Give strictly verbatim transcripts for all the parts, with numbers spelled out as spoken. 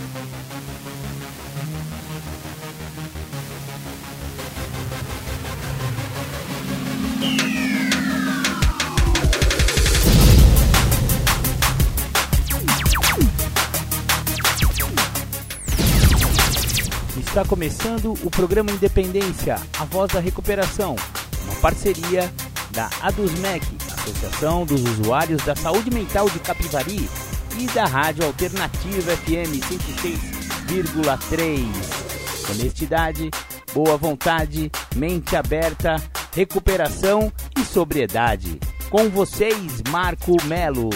Está começando o programa Independência, a voz da recuperação, uma parceria da ADUSMEC, Associação dos Usuários da Saúde Mental de Capivari, e da Rádio Alternativa F M cento e seis vírgula três. Honestidade, boa vontade, mente aberta, recuperação e sobriedade. Com vocês, Marco Melo.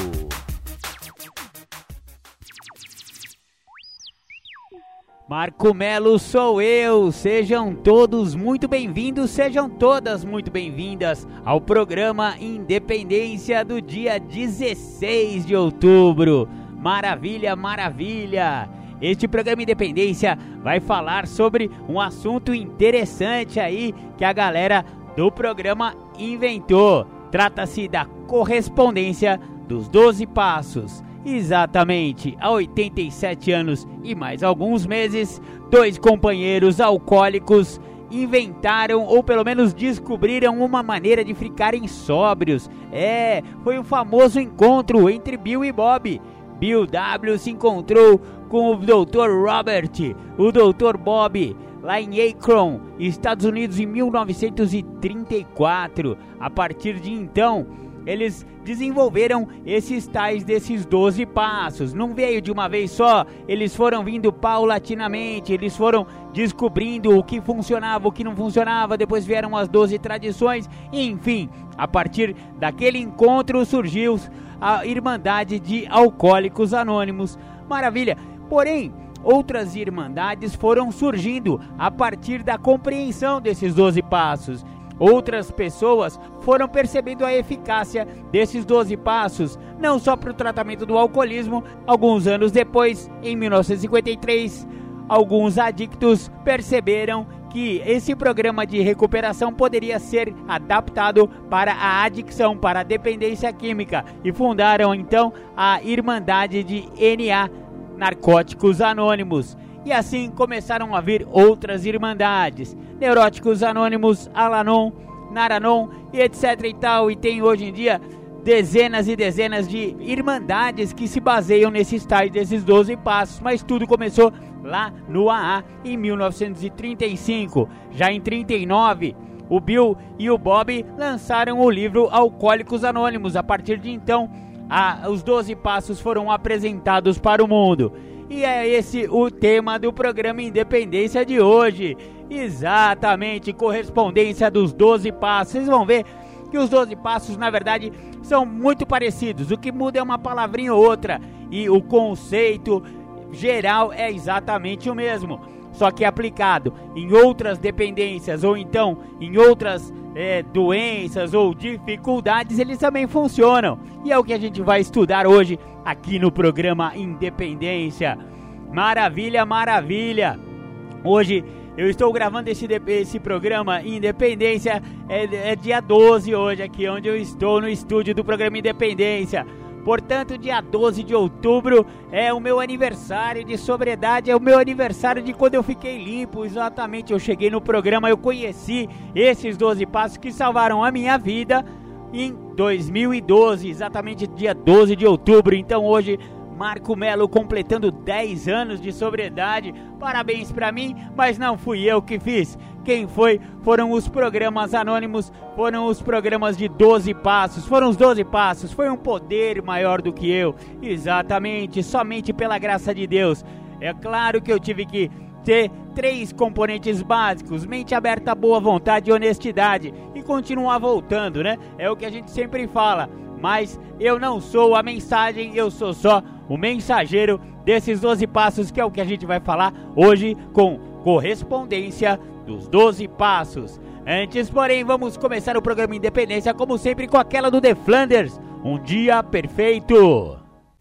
Marco Melo sou eu, sejam todos muito bem-vindos, sejam todas muito bem-vindas ao programa Independência do dia dezesseis de outubro. Maravilha, maravilha! Este programa Independência vai falar sobre um assunto interessante aí que a galera do programa inventou. Trata-se da correspondência dos doze passos. Exatamente, há oitenta e sete anos e mais alguns meses, dois companheiros alcoólicos inventaram ou pelo menos descobriram uma maneira de ficarem sóbrios. É, foi um famoso encontro entre Bill e Bob. Bill W se encontrou com o doutor Robert, o doutor Bob, lá em Akron, Estados Unidos, em mil novecentos e trinta e quatro. A partir de então, eles desenvolveram esses tais desses doze passos. Não veio de uma vez só, eles foram vindo paulatinamente, eles foram descobrindo o que funcionava, o que não funcionava, depois vieram as doze tradições, enfim, a partir daquele encontro surgiu a Irmandade de Alcoólicos Anônimos. Maravilha! Porém, outras irmandades foram surgindo a partir da compreensão desses doze passos. Outras pessoas foram percebendo a eficácia desses doze passos, não só para o tratamento do alcoolismo. Alguns anos depois, em mil novecentos e cinquenta e três, alguns adictos perceberam que esse programa de recuperação poderia ser adaptado para a adicção, para a dependência química, e fundaram então a Irmandade de N A, Narcóticos Anônimos. E assim começaram a vir outras irmandades, Neuróticos Anônimos, Al-Anon, Nar-Anon e etc e tal. E tem hoje em dia dezenas e dezenas de irmandades que se baseiam nesses tais desses doze passos. Mas tudo começou lá no A A em mil novecentos e trinta e cinco. Já em trinta e nove, o Bill e o Bob lançaram o livro Alcoólicos Anônimos. A partir de então, a, os doze passos foram apresentados para o mundo. E é esse o tema do programa Independência de hoje. Exatamente, correspondência dos doze passos. Vocês vão ver que os doze passos, na verdade, são muito parecidos. O que muda é uma palavrinha ou outra. E o conceito geral é exatamente o mesmo. Só que aplicado em outras dependências ou então em outras é, doenças ou dificuldades, eles também funcionam. E é o que a gente vai estudar hoje aqui no programa Independência. Maravilha, maravilha! Hoje eu estou gravando esse, esse programa Independência, é, é dia doze hoje aqui, onde eu estou no estúdio do programa Independência. Portanto, dia doze de outubro é o meu aniversário de sobriedade, é o meu aniversário de quando eu fiquei limpo. Exatamente, eu cheguei no programa, eu conheci esses doze passos que salvaram a minha vida em dois mil e doze, exatamente dia doze de outubro. Então hoje, Marco Melo completando dez anos de sobriedade. Parabéns pra mim, mas não fui eu que fiz. Quem foi foram os programas anônimos, foram os programas de doze passos, foram os doze passos, foi um poder maior do que eu. Exatamente, somente pela graça de Deus. É claro que eu tive que ter três componentes básicos: mente aberta, boa vontade e honestidade, e continuar voltando, né? É o que a gente sempre fala. Mas eu não sou a mensagem, eu sou só o mensageiro desses doze passos, que é o que a gente vai falar hoje com correspondência dos doze passos. Antes, porém, vamos começar o programa Independência, como sempre, com aquela do The Flanders, Um Dia Perfeito.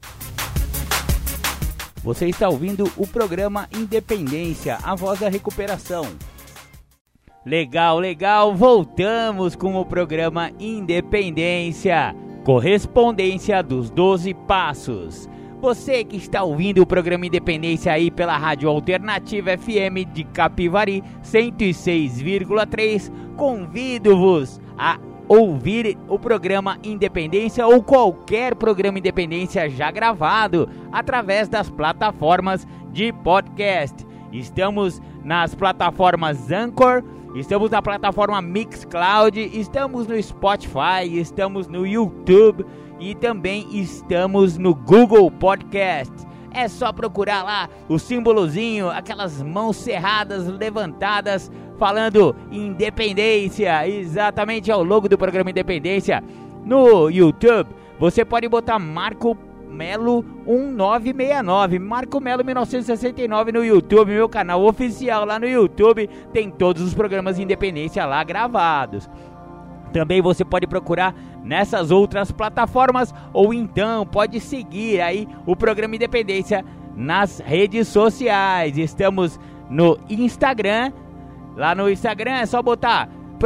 Você está ouvindo o programa Independência, a voz da recuperação. Legal, legal, voltamos com o programa Independência, correspondência dos doze passos. Você que está ouvindo o programa Independência aí pela Rádio Alternativa F M de Capivari cento e seis vírgula três, convido-vos a ouvir o programa Independência ou qualquer programa Independência já gravado através das plataformas de podcast. Estamos nas plataformas Anchor, estamos na plataforma Mixcloud, estamos no Spotify, estamos no YouTube e também estamos no Google Podcast. É só procurar lá o símbolozinho, aquelas mãos cerradas levantadas, falando Independência, exatamente é o logo do programa Independência. No YouTube, você pode botar Marco Melo um nove seis nove, Marco Melo mil novecentos e sessenta e nove no YouTube, meu canal oficial lá no YouTube, tem todos os programas Independência lá gravados. Também você pode procurar nessas outras plataformas ou então pode seguir aí o programa Independência nas redes sociais. Estamos no Instagram, lá no Instagram é só botar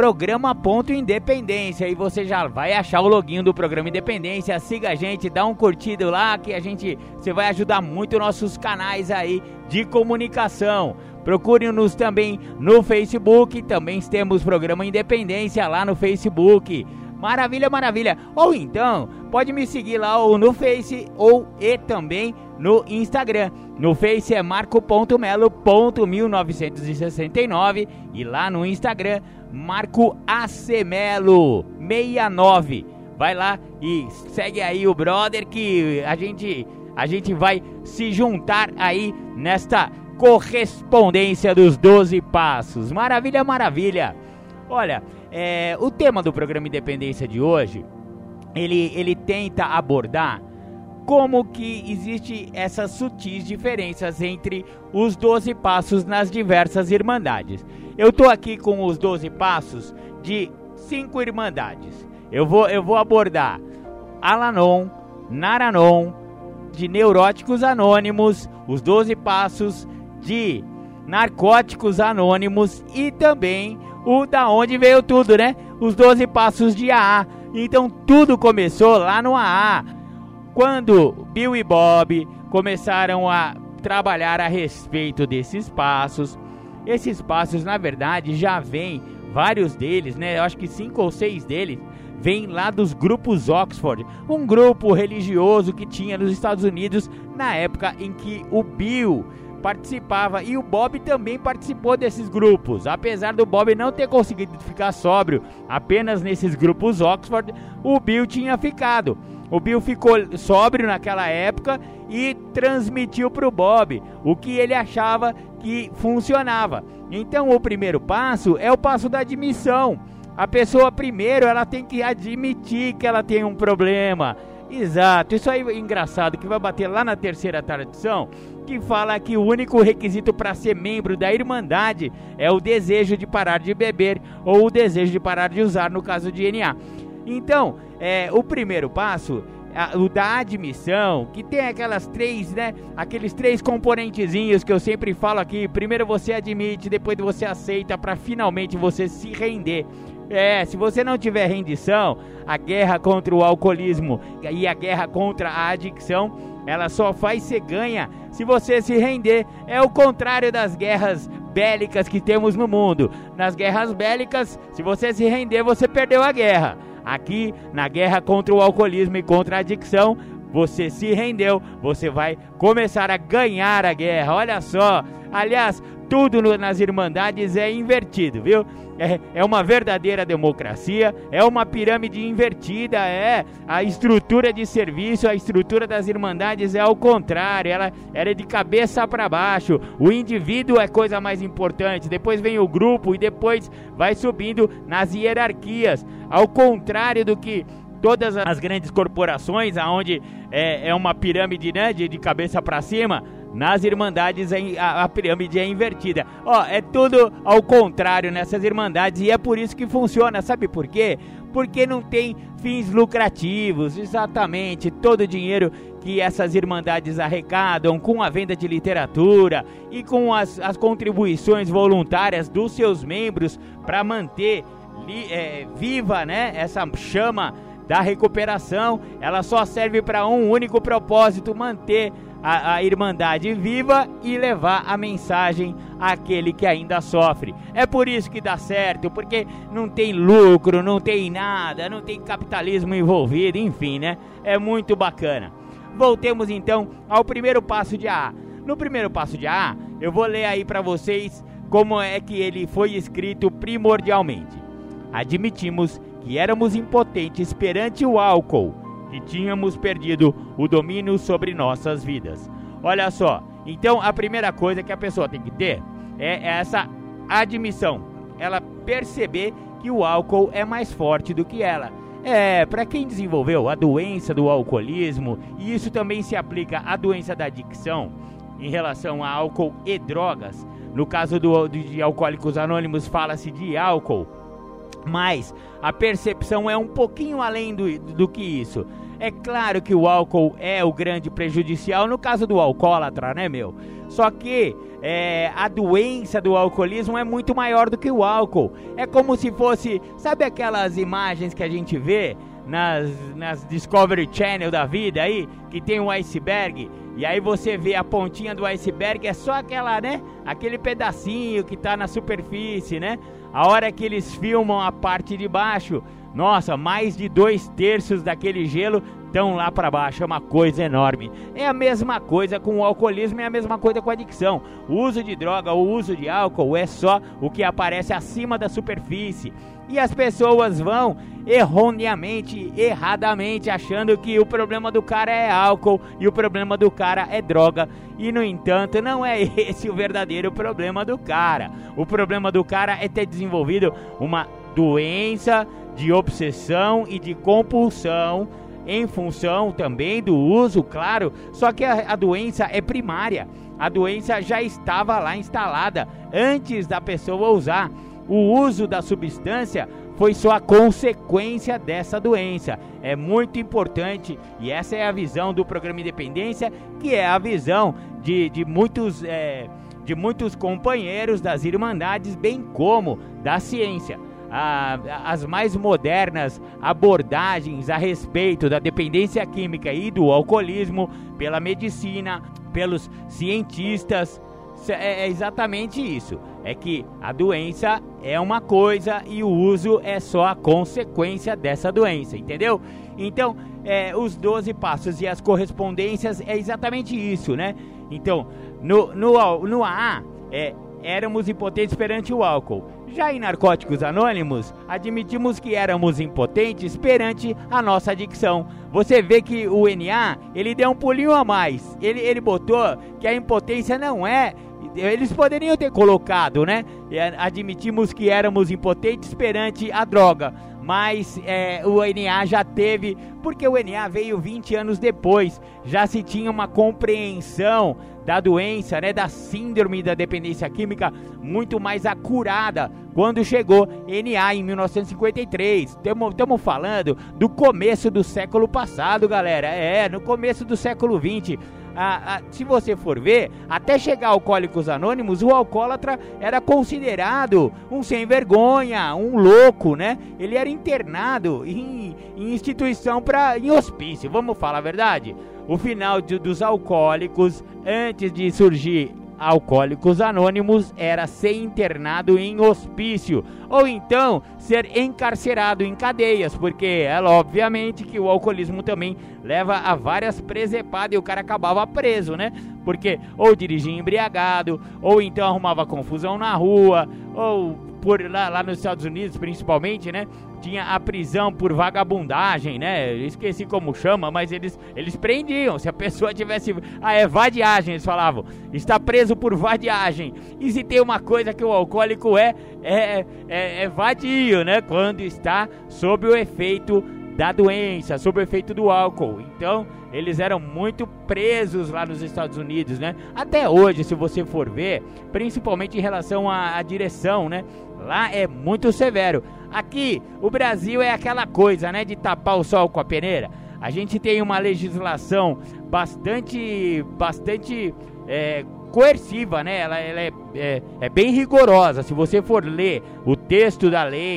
programa.independência e você já vai achar o loginho do programa Independência. Siga a gente, dá um curtido lá que a gente, você vai ajudar muito nossos canais aí de comunicação. Procure-nos também no Facebook, também temos programa Independência lá no Facebook. Maravilha, maravilha. Ou então, pode me seguir lá ou no Face ou e também no Instagram. No Face é marco ponto melo ponto mil novecentos e sessenta e nove e lá no Instagram, Marco Acemelo sessenta e nove. Vai lá e segue aí o brother que a gente, a gente vai se juntar aí nesta correspondência dos doze passos. Maravilha, maravilha. Olha, é, o tema do programa Independência de hoje, ele, ele tenta abordar como que existe essas sutis diferenças entre os doze passos nas diversas irmandades. Eu tô aqui com os doze passos de cinco irmandades. Eu vou, eu vou abordar Alanon, Naranon, de Neuróticos Anônimos, os doze passos de Narcóticos Anônimos e também o da onde veio tudo, né? Os doze passos de A A. Então tudo começou lá no A A, quando Bill e Bob começaram a trabalhar a respeito desses passos. Esses passos, na verdade, já vêm, vários deles, né? Eu acho que cinco ou seis deles vêm lá dos grupos Oxford, um grupo religioso que tinha nos Estados Unidos na época em que o Bill participava e o Bob também participou desses grupos. Apesar do Bob não ter conseguido ficar sóbrio apenas nesses grupos Oxford, o Bill tinha ficado. O Bill ficou sóbrio naquela época e transmitiu para o Bob o que ele achava que funcionava. Então o primeiro passo é o passo da admissão. A pessoa primeiro ela tem que admitir que ela tem um problema. Exato, isso aí é engraçado, que vai bater lá na terceira tradição, que fala que o único requisito para ser membro da Irmandade é o desejo de parar de beber ou o desejo de parar de usar, no caso de N A. Então, é, o primeiro passo, a, o da admissão, que tem aquelas três, né, aqueles três componentezinhos que eu sempre falo aqui. Primeiro você admite, depois você aceita, para finalmente você se render. É, se você não tiver rendição, a guerra contra o alcoolismo e a guerra contra a adicção, ela só faz ser ganha se você se render. É o contrário das guerras bélicas que temos no mundo. Nas guerras bélicas, se você se render, você perdeu a guerra. Aqui, na guerra contra o alcoolismo e contra a adicção, você se rendeu, você vai começar a ganhar a guerra. Olha só, aliás, tudo no, nas irmandades é invertido, viu? É, é uma verdadeira democracia, é uma pirâmide invertida, é a estrutura de serviço, a estrutura das irmandades é ao contrário, ela, ela é de cabeça para baixo. O indivíduo é coisa mais importante, depois vem o grupo e depois vai subindo nas hierarquias, ao contrário do que todas as grandes corporações, onde é, é uma pirâmide, né, de, de cabeça para cima. Nas irmandades a, a pirâmide é invertida. Ó, é tudo ao contrário nessas irmandades e é por isso que funciona. Sabe por quê? Porque não tem fins lucrativos. Exatamente, todo o dinheiro que essas irmandades arrecadam com a venda de literatura e com as, as contribuições voluntárias dos seus membros para manter li, é, viva, né, essa chama da recuperação, ela só serve para um único propósito: manter a, a Irmandade viva e levar a mensagem àquele que ainda sofre. É por isso que dá certo, porque não tem lucro, não tem nada, não tem capitalismo envolvido, enfim, né? É muito bacana. Voltemos então ao primeiro passo de A A. No primeiro passo de A A, eu vou ler aí para vocês como é que ele foi escrito primordialmente. Admitimos que éramos impotentes perante o álcool, que tínhamos perdido o domínio sobre nossas vidas. Olha só, então a primeira coisa que a pessoa tem que ter é essa admissão, ela perceber que o álcool é mais forte do que ela. É, para quem desenvolveu a doença do alcoolismo, e isso também se aplica à doença da adicção, em relação a álcool e drogas. No caso do, de Alcoólicos Anônimos fala-se de álcool, mas a percepção é um pouquinho além do, do que isso. É claro que o álcool é o grande prejudicial no caso do alcoólatra, né, meu? Só que é, a doença do alcoolismo é muito maior do que o álcool. É como se fosse, sabe aquelas imagens que a gente vê nas, nas Discovery Channel da vida aí, que tem um iceberg, e aí você vê a pontinha do iceberg, é só aquela, né, aquele pedacinho que tá na superfície, né? A hora que eles filmam a parte de baixo, nossa, mais de dois terços daquele gelo estão lá para baixo, é uma coisa enorme. É a mesma coisa com o alcoolismo, é a mesma coisa com a adicção. O uso de droga, o uso de álcool é só o que aparece acima da superfície. E as pessoas vão erroneamente, erradamente, achando que o problema do cara é álcool e o problema do cara é droga. E, no entanto, não é esse o verdadeiro problema do cara. O problema do cara é ter desenvolvido uma doença de obsessão e de compulsão em função também do uso, claro, só que a, a doença é primária. A doença já estava lá instalada antes da pessoa usar. O uso da substância foi só a consequência dessa doença. É muito importante, e essa é a visão do programa Independência, que é a visão de, de, muitos, é, de muitos companheiros das Irmandades, bem como da ciência. A, as mais modernas abordagens a respeito da dependência química e do alcoolismo pela medicina, pelos cientistas, é exatamente isso. É que a doença é uma coisa e o uso é só a consequência dessa doença, entendeu? Então, é, os doze passos e as correspondências é exatamente isso, né? Então, no, no, no A A, é, éramos impotentes perante o álcool. Já em Narcóticos Anônimos, admitimos que éramos impotentes perante a nossa adicção. Você vê que o N A, ele deu um pulinho a mais. Ele, ele botou que a impotência não é... Eles poderiam ter colocado, né? Admitimos que éramos impotentes perante a droga. Mas é, o N A já teve... Porque o N A veio vinte anos depois. Já se tinha uma compreensão da doença, né, da síndrome da dependência química muito mais acurada quando chegou N A em mil novecentos e cinquenta e três. Estamos falando do começo do século passado, galera. É, no começo do século vinte. Ah, ah, se você for ver, até chegar Alcoólicos Anônimos, o alcoólatra era considerado um sem vergonha, um louco, né? Ele era internado em, em instituição para, em hospício, vamos falar a verdade. O final de, dos alcoólicos, antes de surgir Alcoólicos Anônimos, era ser internado em hospício, ou então ser encarcerado em cadeias, porque é obviamente que o alcoolismo também leva a várias presepadas e o cara acabava preso, né? Porque ou dirigia embriagado, ou então arrumava confusão na rua, ou por lá, lá nos Estados Unidos principalmente, né? Tinha a prisão por vagabundagem, né? Esqueci como chama, mas eles, eles prendiam. Se a pessoa tivesse... Ah, é vadiagem, eles falavam. Está preso por vadiagem. E se tem uma coisa que o alcoólico é, é, é, é vadio, né? Quando está sob o efeito da doença, sob o efeito do álcool. Então, eles eram muito presos lá nos Estados Unidos, né? Até hoje, se você for ver, principalmente em relação à, à direção, né? Lá é muito severo. Aqui, o Brasil é aquela coisa, né, de tapar o sol com a peneira. A gente tem uma legislação bastante, bastante é, coerciva, né? Ela, ela é, é, é bem rigorosa. Se você for ler o texto da lei,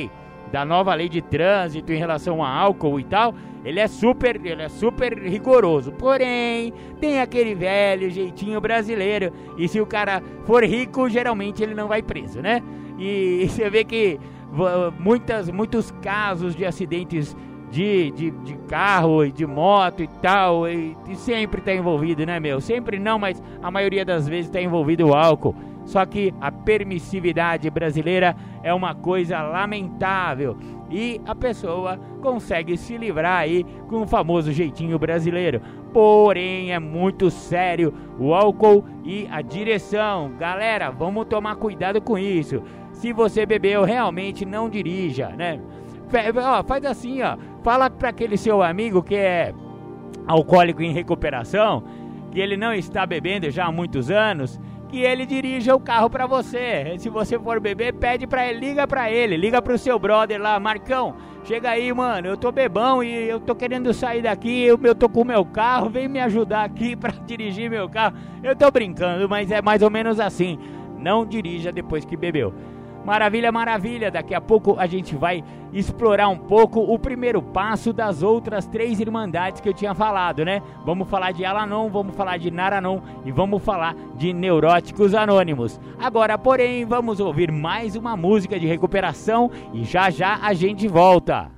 da nova lei de trânsito em relação a álcool e tal, ele é super, ele é super rigoroso. Porém, tem aquele velho jeitinho brasileiro, e se o cara for rico, geralmente ele não vai preso, né? E você vê que muitas, muitos casos de acidentes de, de, de carro e de moto e tal, e, e sempre tá envolvido, né, meu? Sempre não, mas a maioria das vezes tá envolvido o álcool. Só que a permissividade brasileira é uma coisa lamentável e a pessoa consegue se livrar aí com o famoso jeitinho brasileiro. Porém, é muito sério o álcool e a direção. Galera, vamos tomar cuidado com isso. Se você bebeu, realmente não dirija, né? Faz assim, ó. Fala para aquele seu amigo que é alcoólico em recuperação, que ele não está bebendo já há muitos anos, que ele dirija o carro pra você. Se você for beber, pede pra ele, liga pra ele, liga pro seu brother lá, Marcão, chega aí, mano, eu tô bebão e eu tô querendo sair daqui, eu, eu tô com o meu carro, vem me ajudar aqui pra dirigir meu carro. Eu tô brincando, mas é mais ou menos assim, não dirija depois que bebeu. Maravilha, maravilha, daqui a pouco a gente vai explorar um pouco o primeiro passo das outras três irmandades que eu tinha falado, né? Vamos falar de Al-Anon, vamos falar de Nar-Anon e vamos falar de Neuróticos Anônimos. Agora, porém, vamos ouvir mais uma música de recuperação e já já a gente volta.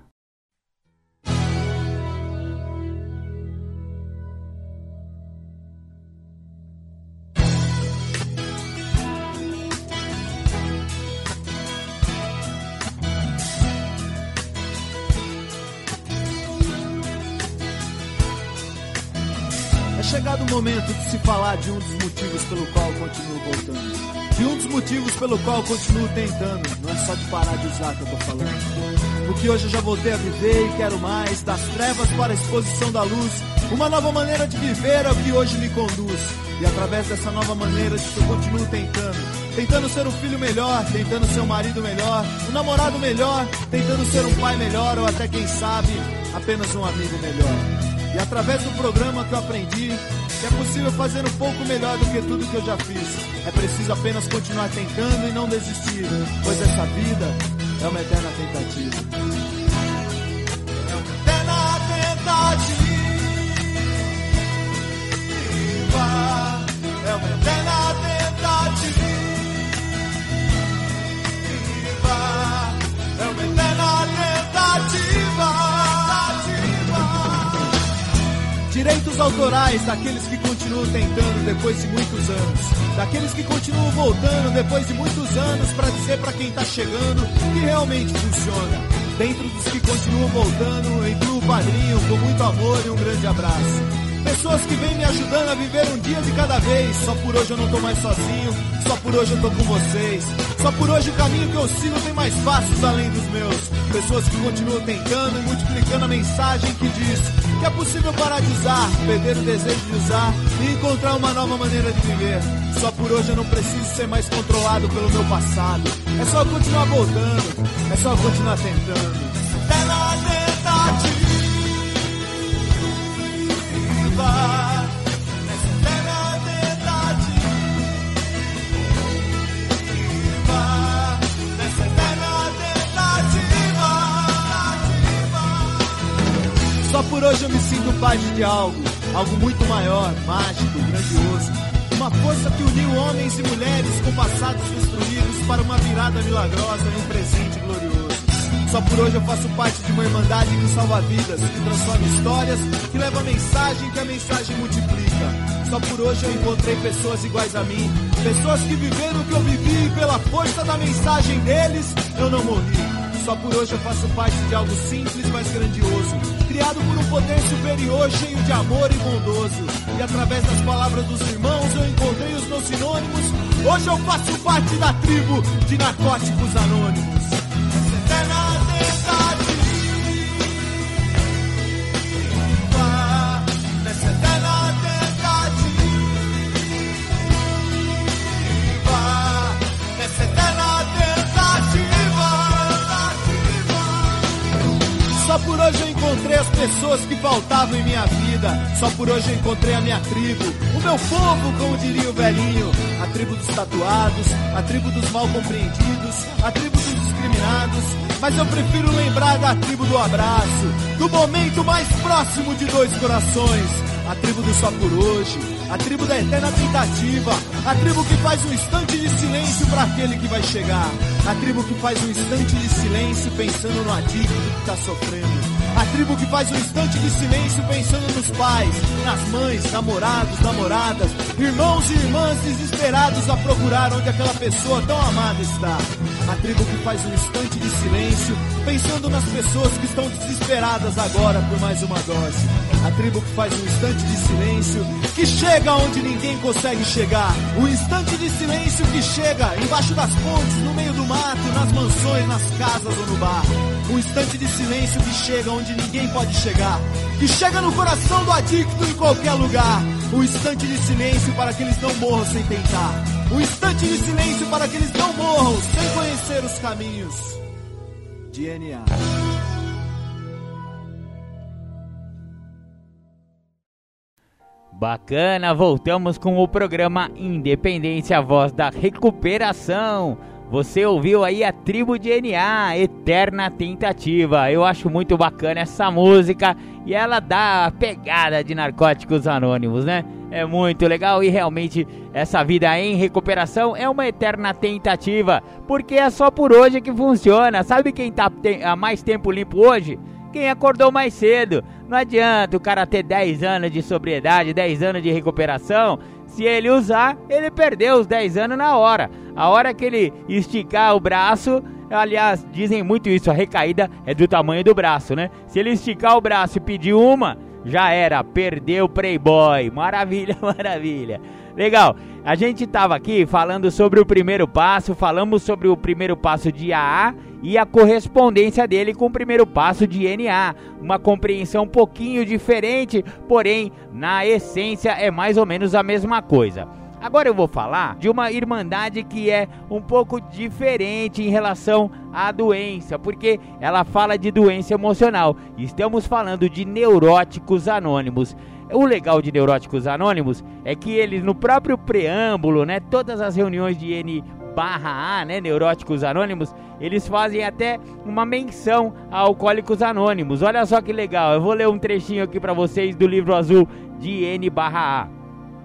É chegado o momento de se falar de um dos motivos pelo qual eu continuo voltando. De um dos motivos pelo qual eu continuo tentando. Não é só de parar de usar que eu tô falando. Porque hoje eu já voltei a viver e quero mais. Das trevas para a exposição da luz. Uma nova maneira de viver é o que hoje me conduz. E através dessa nova maneira eu continuo tentando. Tentando ser um filho melhor, tentando ser um marido melhor, um namorado melhor, tentando ser um pai melhor ou até quem sabe, apenas um amigo melhor. E através do programa que eu aprendi que é possível fazer um pouco melhor do que tudo que eu já fiz. É preciso apenas continuar tentando e não desistir, pois essa vida é uma eterna tentativa. É uma eterna tentativa. É uma eterna tentativa. É uma eterna tentativa. Direitos autorais daqueles que continuam tentando depois de muitos anos. Daqueles que continuam voltando depois de muitos anos pra dizer pra quem tá chegando que realmente funciona. Dentro dos que continuam voltando, eu incluo o padrinho com muito amor e um grande abraço. Pessoas que vêm me ajudando a viver um dia de cada vez. Só por hoje eu não tô mais sozinho, só por hoje eu tô com vocês. Só por hoje o caminho que eu sigo tem mais passos além dos meus. Pessoas que continuam tentando e multiplicando a mensagem que diz que é possível parar de usar, perder o desejo de usar e encontrar uma nova maneira de viver. Só por hoje eu não preciso ser mais controlado pelo meu passado. É só continuar voltando, é só continuar tentando. Pela tentativa. Nessa eterna tentativa, nessa eterna tentativa. Só por hoje eu me sinto parte de algo, algo muito maior, mágico, grandioso. Uma força que uniu homens e mulheres com passados destruídos para uma virada milagrosa e um presente glorioso. Só por hoje eu faço parte de uma irmandade que salva vidas, que transforma histórias, que leva a mensagem, que a mensagem multiplica. Só por hoje eu encontrei pessoas iguais a mim, pessoas que viveram o que eu vivi e pela força da mensagem deles, eu não morri. Só por hoje eu faço parte de algo simples, mas grandioso, criado por um poder superior, cheio de amor e bondoso. E através das palavras dos irmãos eu encontrei os meus sinônimos. Hoje eu faço parte da tribo de Narcóticos Anônimos. Eterna tentativa, nessa eterna tentativa, nessa eterna tentativa. Só por hoje eu encontrei as pessoas que faltavam em minha vida. Só por hoje eu encontrei a minha tribo, o meu povo, como diria o velhinho. A tribo dos tatuados, a tribo dos mal compreendidos, a tribo dos discriminados, disciplinados, mas eu prefiro lembrar da tribo do abraço, do momento mais próximo de dois corações, a tribo do só por hoje, a tribo da eterna tentativa, a tribo que faz um instante de silêncio para aquele que vai chegar, a tribo que faz um instante de silêncio pensando no adicto que está sofrendo, a tribo que faz um instante de silêncio pensando nos pais, nas mães, namorados, namoradas, irmãos e irmãs desesperados a procurar onde aquela pessoa tão amada está. A tribo que faz um instante de silêncio pensando nas pessoas que estão desesperadas agora por mais uma dose. A tribo que faz um instante de silêncio que chega onde ninguém consegue chegar. Um instante de silêncio que chega embaixo das pontes, no meio do mato, nas mansões, nas casas ou no bar. Um instante de silêncio que chega onde ninguém pode chegar, que chega no coração do adicto em qualquer lugar. Um instante de silêncio para que eles não morram sem tentar. Um instante de silêncio para que eles não morram sem conhecer os caminhos de N A. Bacana, voltamos com o programa Independência, a voz da recuperação. Você ouviu aí a tribo de N A, Eterna Tentativa. Eu acho muito bacana essa música e ela dá a pegada de Narcóticos Anônimos, né? É muito legal e realmente essa vida em recuperação é uma eterna tentativa, porque é só por hoje que funciona. Sabe quem tá há mais tempo limpo hoje? Quem acordou mais cedo. Não adianta o cara ter dez anos de sobriedade, dez anos de recuperação. Se ele usar, ele perdeu os dez anos na hora. A hora que ele esticar o braço, aliás, dizem muito isso, a recaída é do tamanho do braço, né? Se ele esticar o braço e pedir uma, já era, perdeu o Playboy. Maravilha, maravilha. Legal, a gente estava aqui falando sobre o primeiro passo, falamos sobre o primeiro passo de A A e a correspondência dele com o primeiro passo de N A. Uma compreensão um pouquinho diferente, porém, na essência é mais ou menos a mesma coisa. Agora eu vou falar de uma irmandade que é um pouco diferente em relação à doença, porque ela fala de doença emocional. Estamos falando de Neuróticos Anônimos. O legal de Neuróticos Anônimos é que eles, no próprio preâmbulo, né, todas as reuniões de N barra A, né, Neuróticos Anônimos, eles fazem até uma menção a Alcoólicos Anônimos. Olha só que legal, eu vou ler um trechinho aqui para vocês do livro azul de N barra A.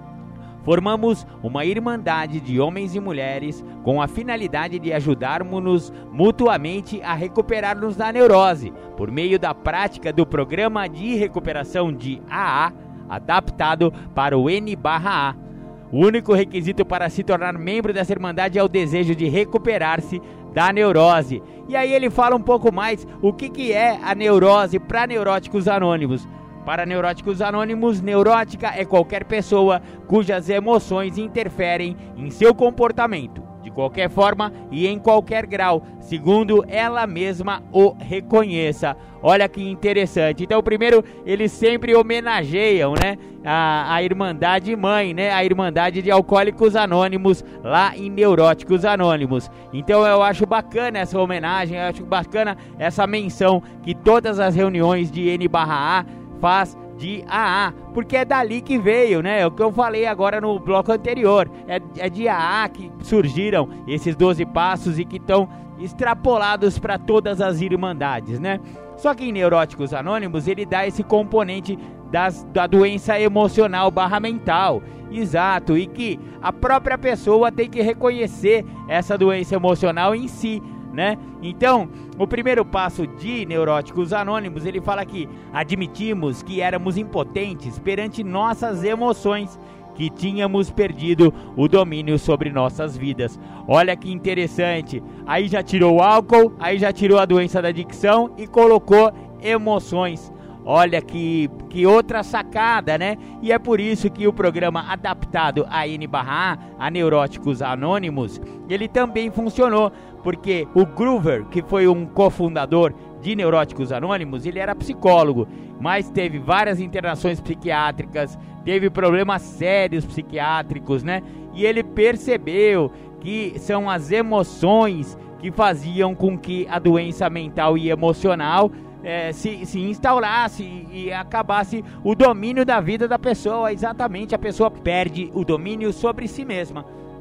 Formamos uma irmandade de homens e mulheres com a finalidade de ajudarmos-nos mutuamente a recuperar-nos da neurose, por meio da prática do programa de recuperação de A A, adaptado para o N barra A. O único requisito para se tornar membro dessa irmandade é o desejo de recuperar-se da neurose. E aí ele fala um pouco mais o que, que é a neurose para Neuróticos Anônimos. Para Neuróticos Anônimos, neurótica é qualquer pessoa cujas emoções interferem em seu comportamento, de qualquer forma e em qualquer grau, segundo ela mesma o reconheça. Olha que interessante. Então, primeiro, eles sempre homenageiam, né, a, a Irmandade Mãe, né, a Irmandade de Alcoólicos Anônimos, lá em Neuróticos Anônimos. Então, eu acho bacana essa homenagem, eu acho bacana essa menção que todas as reuniões de N barra A faz de A A, porque é dali que veio, né? É o que eu falei agora no bloco anterior. É, é de A A que surgiram esses doze passos e que estão extrapolados para todas as irmandades, né? Só que em Neuróticos Anônimos ele dá esse componente das, da doença emocional barra mental. Exato, e que a própria pessoa tem que reconhecer essa doença emocional em si, né? Então, o primeiro passo de Neuróticos Anônimos, ele fala que admitimos que éramos impotentes perante nossas emoções, que tínhamos perdido o domínio sobre nossas vidas. Olha que interessante, aí já tirou o álcool, aí já tirou a doença da adicção e colocou emoções. Olha que, que outra sacada, né? E é por isso que o programa adaptado a N barra A, a Neuróticos Anônimos, ele também funcionou, porque o Groover, que foi um cofundador de Neuróticos Anônimos, ele era psicólogo, mas teve várias internações psiquiátricas, teve problemas sérios psiquiátricos, né? E ele percebeu que são as emoções que faziam com que a doença mental e emocional É, se, se instaurasse e, e acabasse o domínio da vida da pessoa. Exatamente, a pessoa perde o domínio sobre si mesma.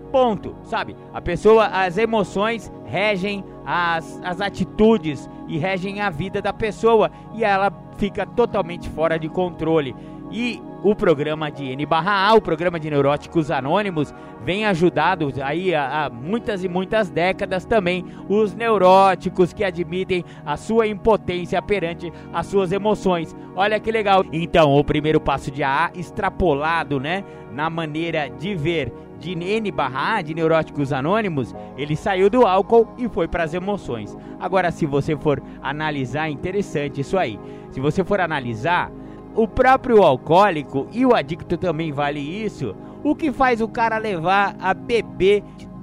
Ponto, sabe? A pessoa, as emoções regem as, as atitudes e regem a vida da pessoa e ela fica totalmente fora de controle. E o programa de N barra A, o programa de Neuróticos Anônimos, vem ajudado aí há, há muitas e muitas décadas também os neuróticos que admitem a sua impotência perante as suas emoções. Olha que legal. Então, o primeiro passo de A A extrapolado, né, na maneira de ver de N barra A, de Neuróticos Anônimos, ele saiu do álcool e foi para as emoções. Agora, se você for analisar, interessante isso aí. Se você for analisar, o próprio alcoólico e o adicto também vale isso. O que faz o cara levar a beber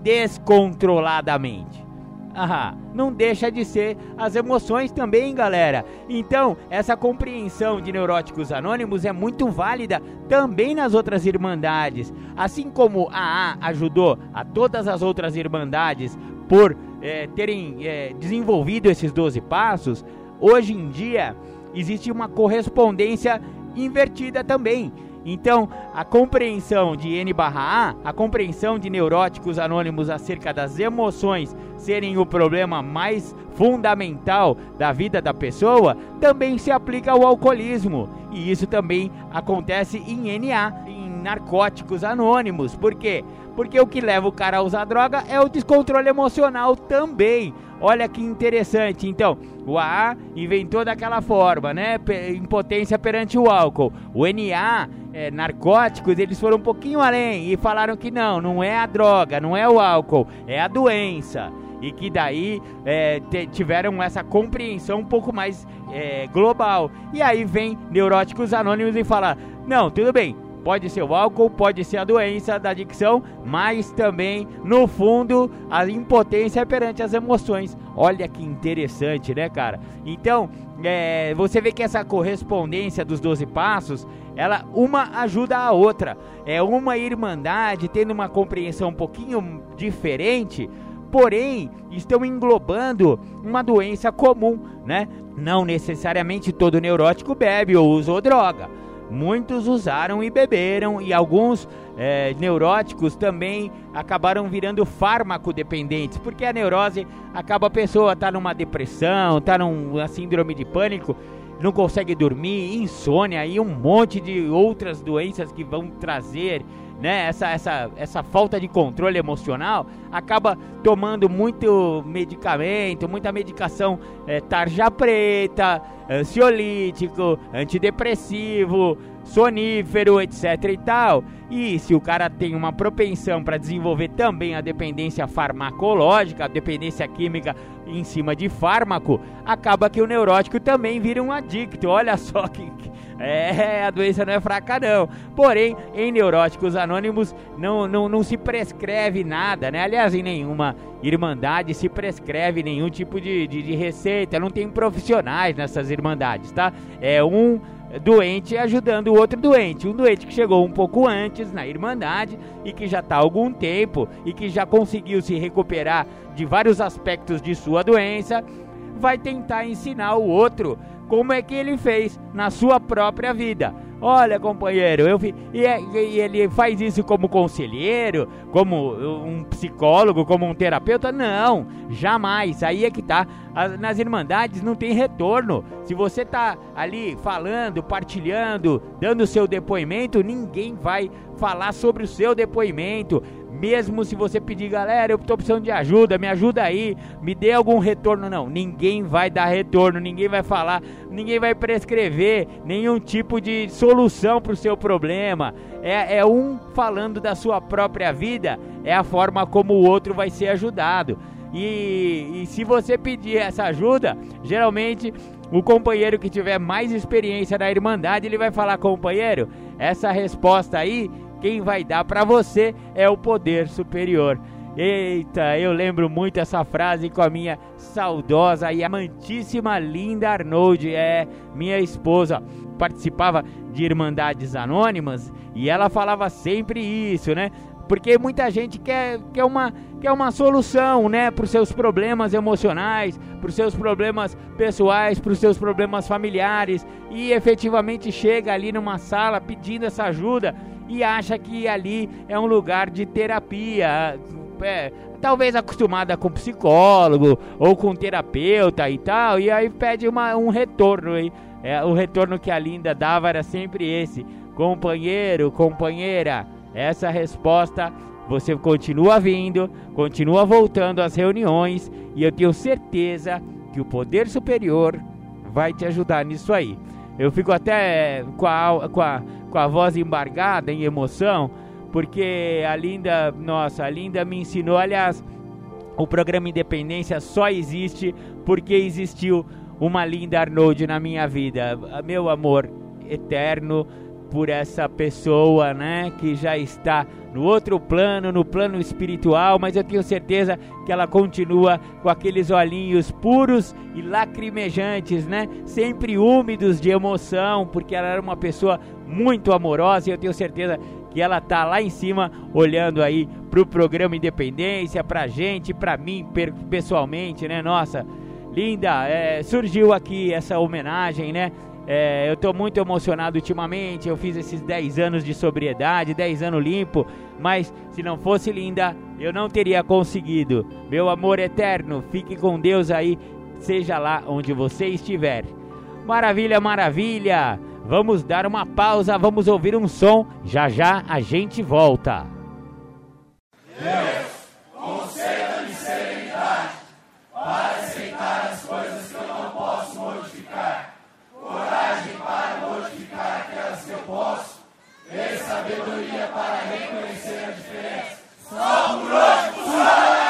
descontroladamente? Ah, não deixa de ser as emoções também, galera. Então, essa compreensão de Neuróticos Anônimos é muito válida também nas outras irmandades. Assim como a A ajudou a todas as outras irmandades por é, terem é, desenvolvido esses doze passos, hoje em dia existe uma correspondência invertida também. Então, a compreensão de N barra A, a compreensão de Neuróticos Anônimos acerca das emoções serem o problema mais fundamental da vida da pessoa, também se aplica ao alcoolismo. E isso também acontece em N A, em Narcóticos Anônimos. Por quê? Porque o que leva o cara a usar droga é o descontrole emocional também. Olha que interessante. Então, o A A inventou daquela forma, né? Impotência perante o álcool. O N A, é, narcóticos, eles foram um pouquinho além e falaram que não, não é a droga, não é o álcool, é a doença. E que daí é, te, tiveram essa compreensão um pouco mais é, global. E aí vem Neuróticos Anônimos e fala, não, tudo bem, pode ser o álcool, pode ser a doença da adicção, mas também, no fundo, a impotência perante as emoções. Olha que interessante, né, cara? Então, é, você vê que essa correspondência dos doze passos, ela, uma ajuda a outra. É uma irmandade tendo uma compreensão um pouquinho diferente, porém, estão englobando uma doença comum, né? Não necessariamente todo neurótico bebe ou usa droga. Muitos usaram e beberam, e alguns é, neuróticos também acabaram virando fármaco dependentes, porque a neurose acaba a pessoa tá numa depressão, tá numa síndrome de pânico, não consegue dormir, insônia e um monte de outras doenças que vão trazer, né, essa, essa, essa falta de controle emocional, acaba tomando muito medicamento, muita medicação é, tarja preta, ansiolítico, antidepressivo, sonífero, etc e tal. E se o cara tem uma propensão para desenvolver também a dependência farmacológica, a dependência química em cima de fármaco, acaba que o neurótico também vira um adicto. Olha só que... É, a doença não é fraca não. Porém, em Neuróticos Anônimos não, não, não se prescreve nada, né? Aliás, em nenhuma irmandade se prescreve nenhum tipo de, de, de receita. Não tem profissionais nessas irmandades, tá? É um doente ajudando o outro doente. Um doente que chegou um pouco antes na irmandade e que já está há algum tempo e que já conseguiu se recuperar de vários aspectos de sua doença, vai tentar ensinar o outro como é que ele fez na sua própria vida. Olha, companheiro, eu vi, e, e ele faz isso como conselheiro, como um psicólogo, como um terapeuta? Não, jamais. Aí é que tá. As, nas irmandades não tem retorno. Se você tá ali falando, partilhando, dando o seu depoimento, ninguém vai falar sobre o seu depoimento. Mesmo se você pedir, galera, eu tô precisando de ajuda, me ajuda aí, me dê algum retorno. Não, ninguém vai dar retorno, ninguém vai falar, ninguém vai prescrever nenhum tipo de solução para o seu problema. É, é um falando da sua própria vida, é a forma como o outro vai ser ajudado. E, e se você pedir essa ajuda, geralmente o companheiro que tiver mais experiência na irmandade, ele vai falar, companheiro, essa resposta aí, quem vai dar pra você é o poder superior. Eita, eu lembro muito essa frase com a minha saudosa e amantíssima Linda Arnold, é minha esposa. Participava de Irmandades Anônimas e ela falava sempre isso, né? Porque muita gente quer, quer, uma, quer uma solução, né, para os seus problemas emocionais, para os seus problemas pessoais, para os seus problemas familiares, e efetivamente chega ali numa sala pedindo essa ajuda e acha que ali é um lugar de terapia, é, talvez acostumada com psicólogo ou com terapeuta e tal, e aí pede uma, um retorno. Hein? É, o retorno que a Linda dava era sempre esse: companheiro, companheira. Essa resposta você continua vindo, continua voltando às reuniões, e eu tenho certeza que o poder superior vai te ajudar nisso aí. Eu fico até com a, com a, com a voz embargada em emoção, porque a Linda, nossa, a Linda me ensinou. Aliás, o programa Independência só existe porque existiu uma Linda Arnoldi na minha vida. Meu amor eterno por essa pessoa, né, que já está no outro plano, no plano espiritual, mas eu tenho certeza que ela continua com aqueles olhinhos puros e lacrimejantes, né, sempre úmidos de emoção, porque ela era uma pessoa muito amorosa, e eu tenho certeza que ela tá lá em cima olhando aí pro programa Independência, pra gente, pra mim pessoalmente, né. Nossa, Linda, é, surgiu aqui essa homenagem, né. É, eu tô muito emocionado ultimamente. Eu fiz esses dez anos de sobriedade, dez anos limpo, mas se não fosse Linda, eu não teria conseguido. Meu amor eterno, fique com Deus aí, seja lá onde você estiver. Maravilha, maravilha. Vamos dar uma pausa, vamos ouvir um som. Já já a gente volta. Deus, conceda-me serenidade para aceitar as coisas que eu não posso modificar, coragem para modificar aquelas que eu posso, e sabedoria para reconhecer a diferença. Só por hoje, funciona!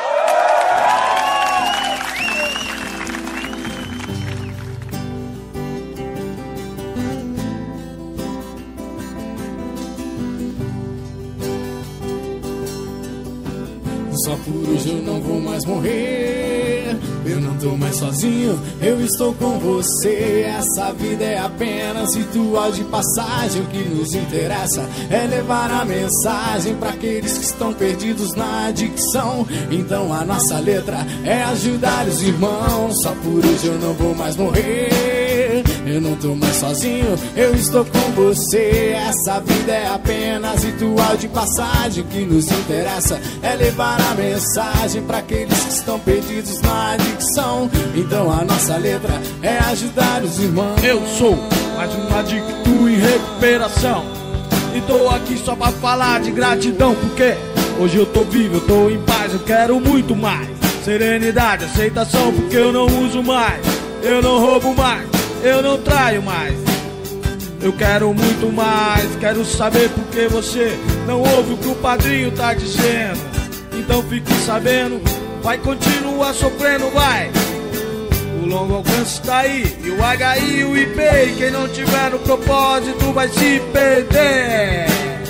Só por hoje eu não vou mais morrer. Eu não tô mais sozinho, eu estou com você. Essa vida é apenas ritual de passagem. O que nos interessa é levar a mensagem para aqueles que estão perdidos na adicção. Então a nossa letra é ajudar os irmãos. Só por hoje eu não vou mais morrer. Eu não tô mais sozinho, eu estou com você. Essa vida é apenas ritual de passagem. O que nos interessa é levar a mensagem para aqueles que estão perdidos na adicção. Então a nossa letra é ajudar os irmãos. Eu sou mais um adicto em recuperação, e tô aqui só pra falar de gratidão, porque hoje eu tô vivo, eu tô em paz, eu quero muito mais serenidade, aceitação, porque eu não uso mais, eu não roubo mais, eu não traio mais. Eu quero muito mais, quero saber por que você não ouve o que o padrinho tá dizendo. Então fique sabendo, vai continuar sofrendo, vai. O longo alcance tá aí, e o H I e o I P, e quem não tiver no propósito vai se perder.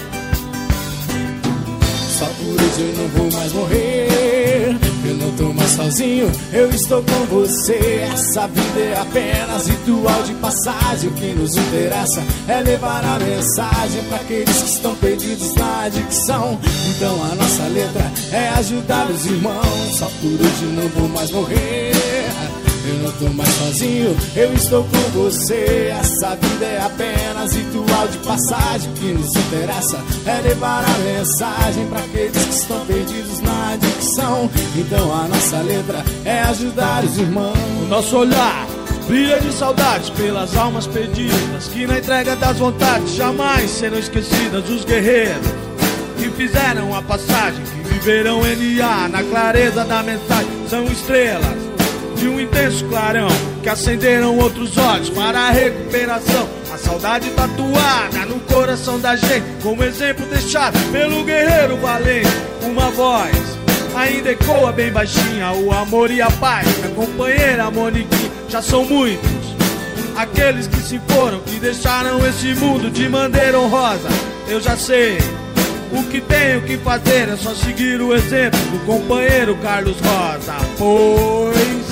Só por hoje eu não vou mais morrer. Eu não tô mais sozinho, eu estou com você. Essa vida é apenas ritual de passagem. O que nos interessa é levar a mensagem para aqueles que estão perdidos na adicção. Então a nossa letra é ajudar os irmãos. Só por hoje não vou mais morrer. Eu não tô mais sozinho, eu estou com você. Essa vida é apenas ritual de passagem. O que nos interessa é levar a mensagem para aqueles que estão perdidos na adicção. Então a nossa letra é ajudar os irmãos. O nosso olhar brilha de saudades pelas almas perdidas, que na entrega das vontades jamais serão esquecidas. Os guerreiros que fizeram a passagem, que viverão N A na clareza da mensagem, são estrelas de um intenso clarão, que acenderam outros olhos para a recuperação. A saudade tatuada no coração da gente, como exemplo deixado pelo guerreiro valente. Uma voz ainda ecoa bem baixinha, o amor e a paz. Minha companheira Moniquinha, já são muitos aqueles que se foram, que deixaram esse mundo de maneira honrosa. Eu já sei o que tenho que fazer, é só seguir o exemplo do companheiro Carlos Rosa. Pois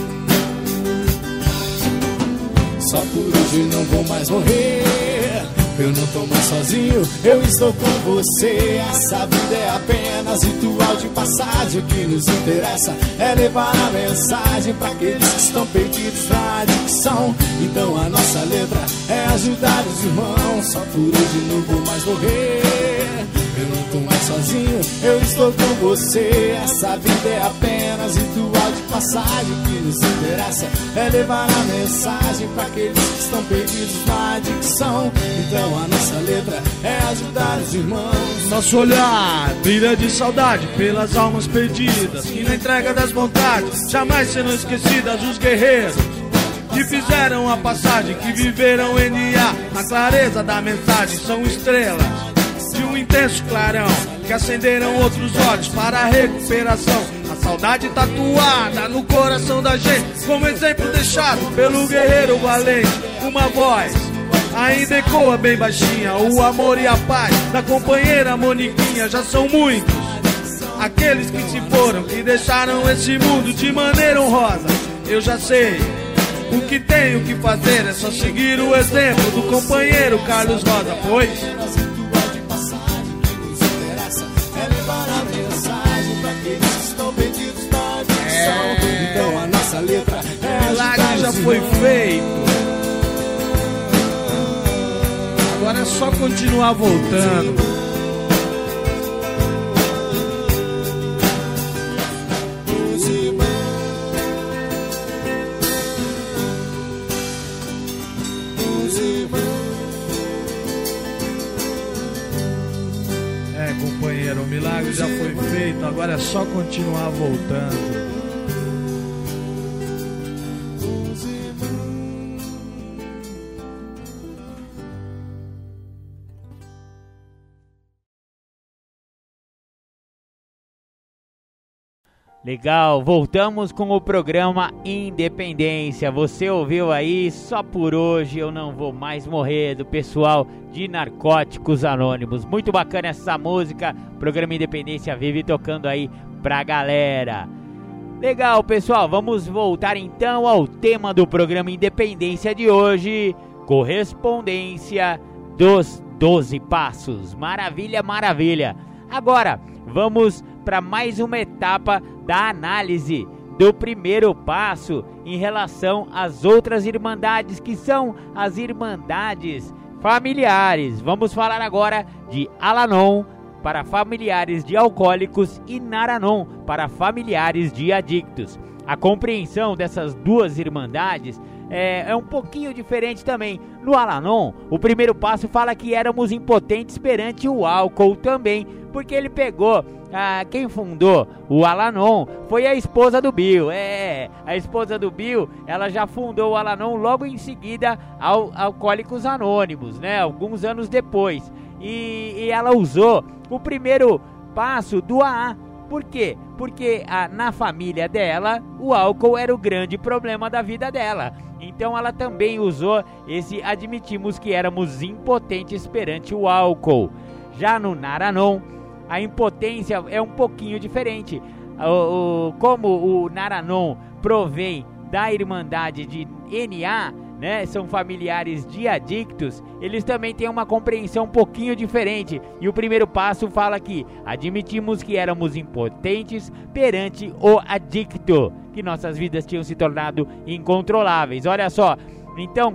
só por hoje não vou mais morrer. Eu não tô mais sozinho, eu estou com você. Essa vida é apenas ritual de passagem. O que nos interessa é levar a mensagem pra aqueles que estão perdidos na adicção. Então a nossa letra é ajudar os irmãos. Só por hoje não vou mais morrer. Eu não tô mais sozinho, eu estou com você. Essa vida é apenas ritual de passagem. O que nos interessa é levar a mensagem pra aqueles que estão perdidos na adicção. Então a nossa letra é ajudar os irmãos. Nosso olhar brilha de saudade pelas almas perdidas, que na entrega das vontades jamais serão esquecidas. Os guerreiros que fizeram a passagem, que viveram N A na clareza da mensagem. São estrelas de um intenso clarão, que acenderam outros olhos para a recuperação. A saudade tatuada no coração da gente, como exemplo deixado pelo guerreiro valente. Uma voz ainda ecoa bem baixinha, o amor e a paz da companheira Moniquinha. Já são muitos aqueles que se foram, que deixaram esse mundo de maneira honrosa. Eu já sei o que tenho que fazer, é só seguir o exemplo do companheiro Carlos Rosa, pois então a nossa letra é o milagre já foi feito. Agora é só continuar voltando. É, companheiro, o milagre já foi feito. Agora é só continuar voltando. Legal, voltamos com o programa Independência. Você ouviu aí Só Por Hoje Eu Não Vou Mais Morrer, do pessoal de Narcóticos Anônimos. Muito bacana essa música, programa Independência vive tocando aí pra galera. Legal, pessoal, vamos voltar então ao tema do programa Independência de hoje: correspondência dos doze passos. Maravilha, maravilha. Agora, vamos para mais uma etapa da análise do primeiro passo em relação às outras irmandades, que são as irmandades familiares. Vamos falar agora de Al-Anon para familiares de alcoólicos e Nar-Anon para familiares de adictos. A compreensão dessas duas irmandades é, é um pouquinho diferente também. No Al-Anon, o primeiro passo fala que éramos impotentes perante o álcool também, porque ele pegou, ah, quem fundou o Al-Anon foi a esposa do Bill. É, a esposa do Bill, ela já fundou o Al-Anon logo em seguida ao Alcoólicos Anônimos, né, alguns anos depois. E, e ela usou o primeiro passo do A A. Por quê? Porque ah, na família dela, o álcool era o grande problema da vida dela. Então ela também usou esse admitimos que éramos impotentes perante o álcool. Já no Nar-Anon, a impotência é um pouquinho diferente. O, o, como o Nar-Anon provém da Irmandade de N A, né, são familiares de adictos, eles também têm uma compreensão um pouquinho diferente. E o primeiro passo fala que admitimos que éramos impotentes perante o adicto, que nossas vidas tinham se tornado incontroláveis. Olha só, então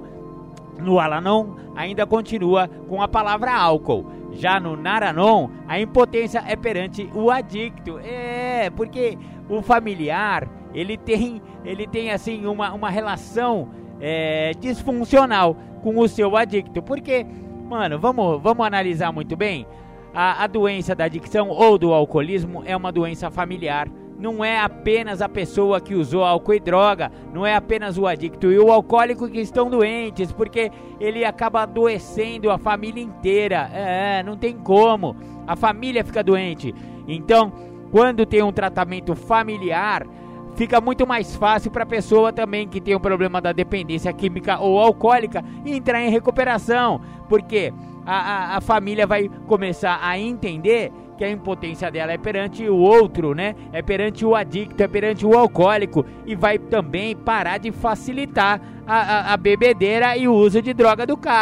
no Al-Anon ainda continua com a palavra álcool. Já no Nar-Anon, a impotência é perante o adicto. É, porque o familiar, ele tem, ele tem assim, uma, uma relação é, disfuncional com o seu adicto. Porque, mano, vamos, vamos analisar muito bem. A, a doença da adicção ou do alcoolismo é uma doença familiar. Não é apenas a pessoa que usou álcool e droga, não é apenas o adicto e o alcoólico que estão doentes, porque ele acaba adoecendo a família inteira. É, não tem como, a família fica doente. Então, quando tem um tratamento familiar, fica muito mais fácil para a pessoa também que tem um problema da dependência química ou alcoólica entrar em recuperação, porque a, a, a família vai começar a entender que a impotência dela é perante o outro, né? É perante o adicto, é perante o alcoólico, e vai também parar de facilitar a, a, a bebedeira e o uso de droga do cara.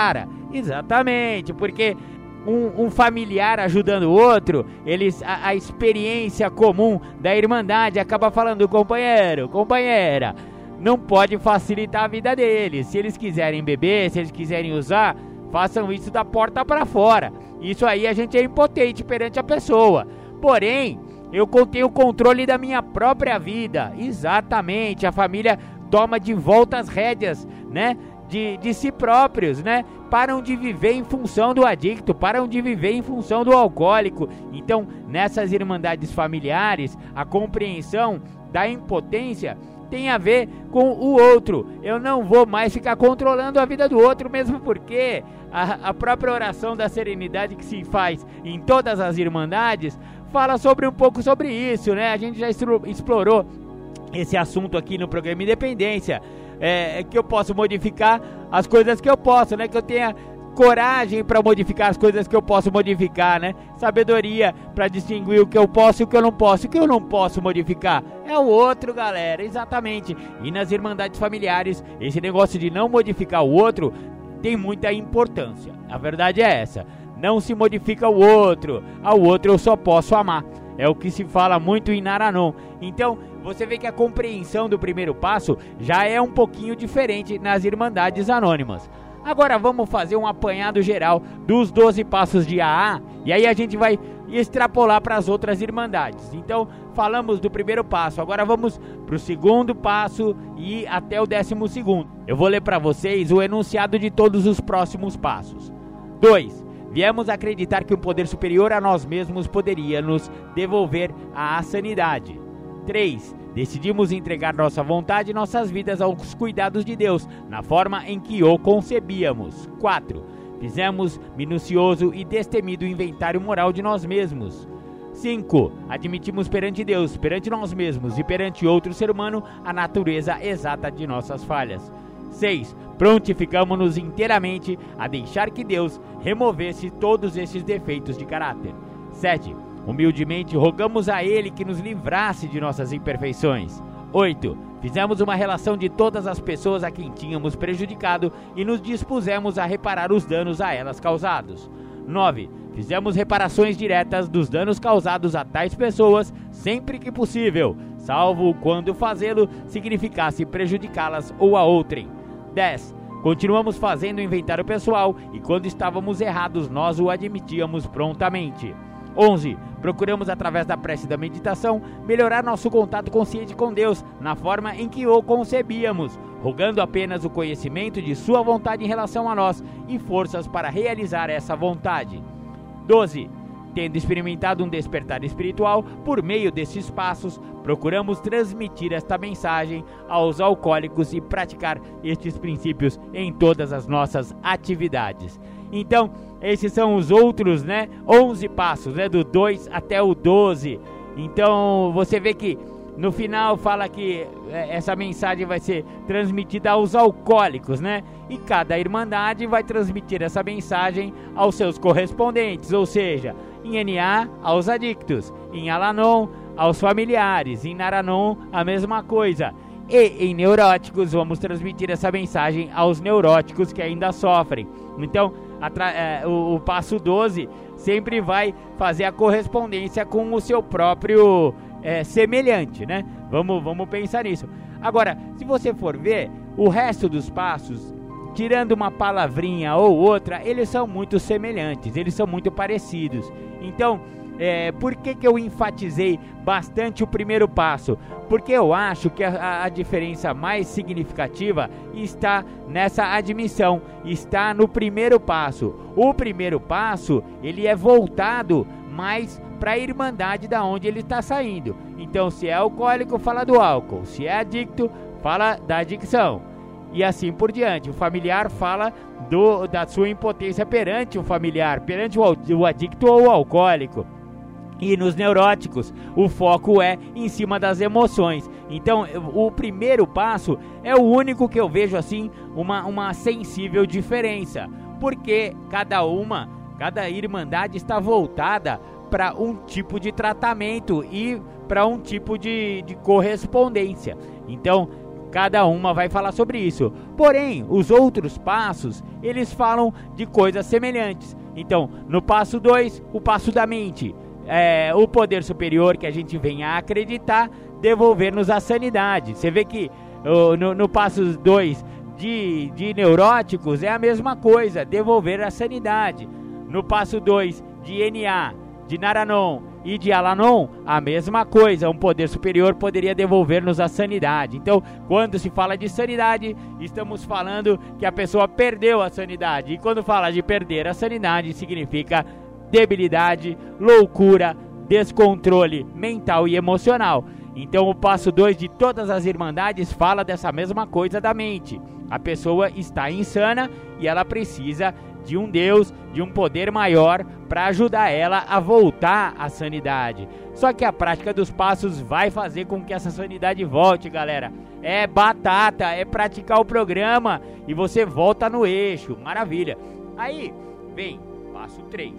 Exatamente, porque um, um familiar ajudando o outro, eles, a, a experiência comum da irmandade acaba falando, companheiro, companheira, não pode facilitar a vida deles. Se eles quiserem beber, se eles quiserem usar, façam isso da porta para fora. Isso aí a gente é impotente perante a pessoa. Porém, eu tenho o controle da minha própria vida. Exatamente, a família toma de volta as rédeas, né? De, de si próprios, né? Param de viver em função do adicto, param de viver em função do alcoólico. Então, nessas irmandades familiares, a compreensão da impotência tem a ver com o outro. Eu não vou mais ficar controlando a vida do outro, mesmo porque a, a própria oração da serenidade que se faz em todas as irmandades fala sobre um pouco sobre isso, né? A gente já explorou esse assunto aqui no programa Independência. É, que eu posso modificar as coisas que eu posso, né? Que eu tenha coragem para modificar as coisas que eu posso modificar, né? Sabedoria para distinguir o que eu posso e o que eu não posso. O que eu não posso modificar é o outro, galera, exatamente. E nas irmandades familiares, esse negócio de não modificar o outro tem muita importância. A verdade é essa. Não se modifica o outro. Ao outro eu só posso amar. É o que se fala muito em Naranon. Então, você vê que a compreensão do primeiro passo já é um pouquinho diferente nas irmandades anônimas. Agora vamos fazer um apanhado geral dos doze passos de A A, e aí a gente vai extrapolar para as outras irmandades. Então, falamos do primeiro passo, agora vamos para o segundo passo e até o décimo segundo. Eu vou ler para vocês o enunciado de todos os próximos passos. dois. Viemos acreditar que um poder superior a nós mesmos poderia nos devolver a sanidade. três. Decidimos entregar nossa vontade e nossas vidas aos cuidados de Deus, na forma em que o concebíamos. quatro. Fizemos minucioso e destemido inventário moral de nós mesmos. cinco. Admitimos perante Deus, perante nós mesmos e perante outro ser humano a natureza exata de nossas falhas. seis. Prontificamos-nos inteiramente a deixar que Deus removesse todos esses defeitos de caráter. sete. Humildemente rogamos a Ele que nos livrasse de nossas imperfeições. oito. Fizemos uma relação de todas as pessoas a quem tínhamos prejudicado e nos dispusemos a reparar os danos a elas causados. nove. Fizemos reparações diretas dos danos causados a tais pessoas sempre que possível, salvo quando fazê-lo significasse prejudicá-las ou a outrem. dez. Continuamos fazendo o inventário pessoal e quando estávamos errados nós o admitíamos prontamente. onze. Procuramos através da prece e da meditação melhorar nosso contato consciente com Deus na forma em que o concebíamos, rogando apenas o conhecimento de sua vontade em relação a nós e forças para realizar essa vontade. doze. Tendo experimentado um despertar espiritual por meio desses passos, procuramos transmitir esta mensagem aos alcoólicos e praticar estes princípios em todas as nossas atividades. Então, esses são os outros, né, onze passos, né, do dois até o doze. Então, você vê que no final fala que essa mensagem vai ser transmitida aos alcoólicos, né? E cada irmandade vai transmitir essa mensagem aos seus correspondentes, ou seja, em N A aos adictos, em Alanon aos familiares, em Naranon a mesma coisa. E em neuróticos vamos transmitir essa mensagem aos neuróticos que ainda sofrem. Então, é, o, o passo doze sempre vai fazer a correspondência com o seu próprio é, semelhante, né? Vamos, vamos pensar nisso. Agora, se você for ver, o resto dos passos, tirando uma palavrinha ou outra, eles são muito semelhantes, eles são muito parecidos. Então, é, por que que eu enfatizei bastante o primeiro passo? Porque eu acho que a, a diferença mais significativa está nessa admissão, está no primeiro passo. O primeiro passo, ele é voltado mais para a irmandade da onde ele está saindo. Então, se é alcoólico, fala do álcool. Se é adicto, fala da adicção. E assim por diante. O familiar fala do, da sua impotência perante o familiar, perante o, o adicto ou o alcoólico. E nos neuróticos, o foco é em cima das emoções. Então, o primeiro passo é o único que eu vejo assim, uma, uma sensível diferença. Porque cada uma, cada irmandade está voltada para um tipo de tratamento e para um tipo de, de correspondência. Então, cada uma vai falar sobre isso. Porém, os outros passos, eles falam de coisas semelhantes. Então, no passo dois, o passo da mente, é, o poder superior que a gente vem a acreditar, devolver-nos a sanidade. Você vê que uh, no, no passo dois de, de neuróticos é a mesma coisa, devolver a sanidade. No passo dois de N A, de Naranon e de Alanon, a mesma coisa, um poder superior poderia devolver-nos a sanidade. Então, quando se fala de sanidade, estamos falando que a pessoa perdeu a sanidade. E quando fala de perder a sanidade, significa debilidade, loucura, descontrole mental e emocional. Então, o passo dois de todas as irmandades fala dessa mesma coisa da mente. A pessoa está insana e ela precisa de um Deus, de um poder maior para ajudar ela a voltar à sanidade. Só que a prática dos passos vai fazer com que essa sanidade volte, galera. É batata, é praticar o programa e você volta no eixo, maravilha. Aí vem passo três.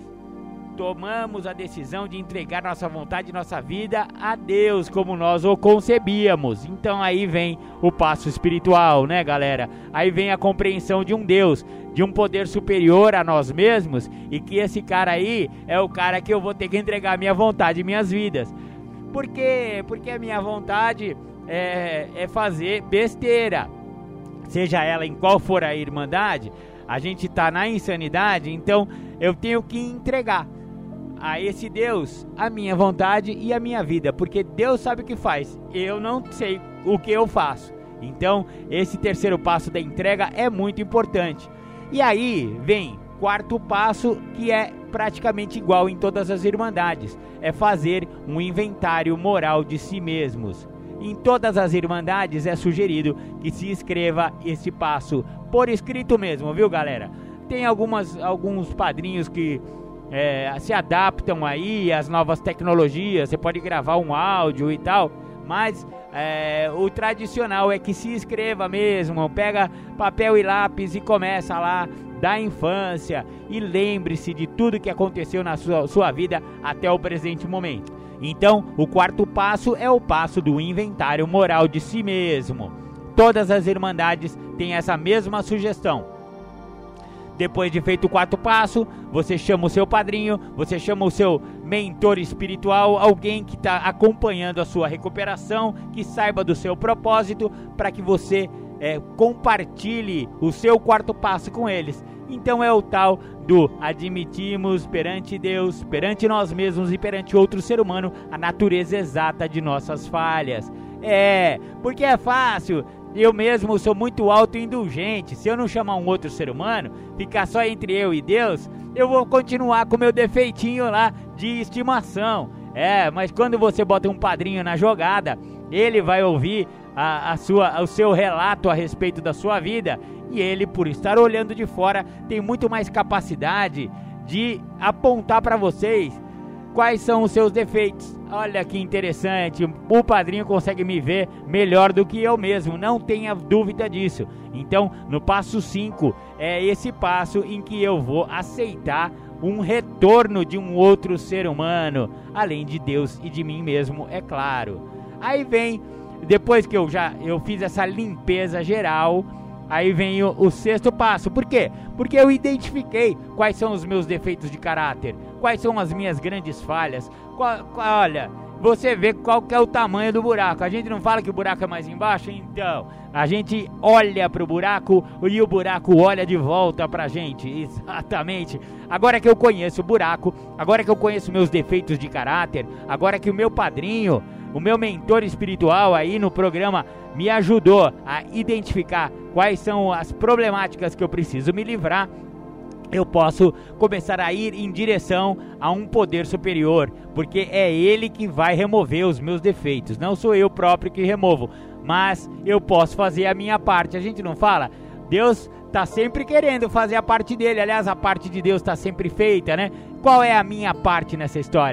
Tomamos a decisão de entregar nossa vontade e nossa vida a Deus como nós o concebíamos. Então aí vem o passo espiritual, né, galera? Aí vem a compreensão de um Deus, de um poder superior a nós mesmos, e que esse cara aí é o cara que eu vou ter que entregar minha vontade e minhas vidas. Por quê? Porque a minha vontade é, é fazer besteira, seja ela em qual for a irmandade. A gente tá na insanidade, então eu tenho que entregar a esse Deus a minha vontade e a minha vida, porque Deus sabe o que faz, eu não sei o que eu faço. Então esse terceiro passo da entrega é muito importante. E aí vem quarto passo, que é praticamente igual em todas as irmandades, é fazer um inventário moral de si mesmos. Em todas as irmandades é sugerido que se escreva esse passo por escrito mesmo, viu, galera? Tem algumas, alguns padrinhos que é, se adaptam aí às novas tecnologias, você pode gravar um áudio e tal, mas é, o tradicional é que se escreva mesmo, pega papel e lápis e começa lá da infância e lembre-se de tudo que aconteceu na sua, sua vida até o presente momento. Então, o quarto passo é o passo do inventário moral de si mesmo. Todas as irmandades têm essa mesma sugestão. Depois de feito o quarto passo, você chama o seu padrinho, você chama o seu mentor espiritual, alguém que está acompanhando a sua recuperação, que saiba do seu propósito, para que você é, compartilhe o seu quarto passo com eles. Então é o tal do admitimos perante Deus, perante nós mesmos e perante outro ser humano a natureza exata de nossas falhas. É, porque é fácil. Eu mesmo sou muito autoindulgente. Se eu não chamar um outro ser humano, ficar só entre eu e Deus, eu vou continuar com meu defeitinho lá de estimação. É, mas quando você bota um padrinho na jogada, ele vai ouvir a, a sua, o seu relato a respeito da sua vida, e ele, por estar olhando de fora, tem muito mais capacidade de apontar para vocês quais são os seus defeitos. Olha que interessante, o padrinho consegue me ver melhor do que eu mesmo, não tenha dúvida disso. Então, no passo cinco, é esse passo em que eu vou aceitar um retorno de um outro ser humano, além de Deus e de mim mesmo, é claro. Aí vem, depois que eu já eu fiz essa limpeza geral, aí vem o, o sexto passo. Por quê? Porque eu identifiquei quais são os meus defeitos de caráter, quais são as minhas grandes falhas. Qual, qual, olha, você vê qual que é o tamanho do buraco. A gente não fala que o buraco é mais embaixo? Então, a gente olha para o buraco e o buraco olha de volta para a gente. Exatamente. Agora que eu conheço o buraco, agora que eu conheço meus defeitos de caráter, agora que o meu padrinho, o meu mentor espiritual aí no programa me ajudou a identificar quais são as problemáticas que eu preciso me livrar, eu posso começar a ir em direção a um poder superior, porque é ele que vai remover os meus defeitos, não sou eu próprio que removo, mas eu posso fazer a minha parte. A gente não fala? Deus está sempre querendo fazer a parte dele, aliás, a parte de Deus está sempre feita, né? Qual é a minha parte nessa história?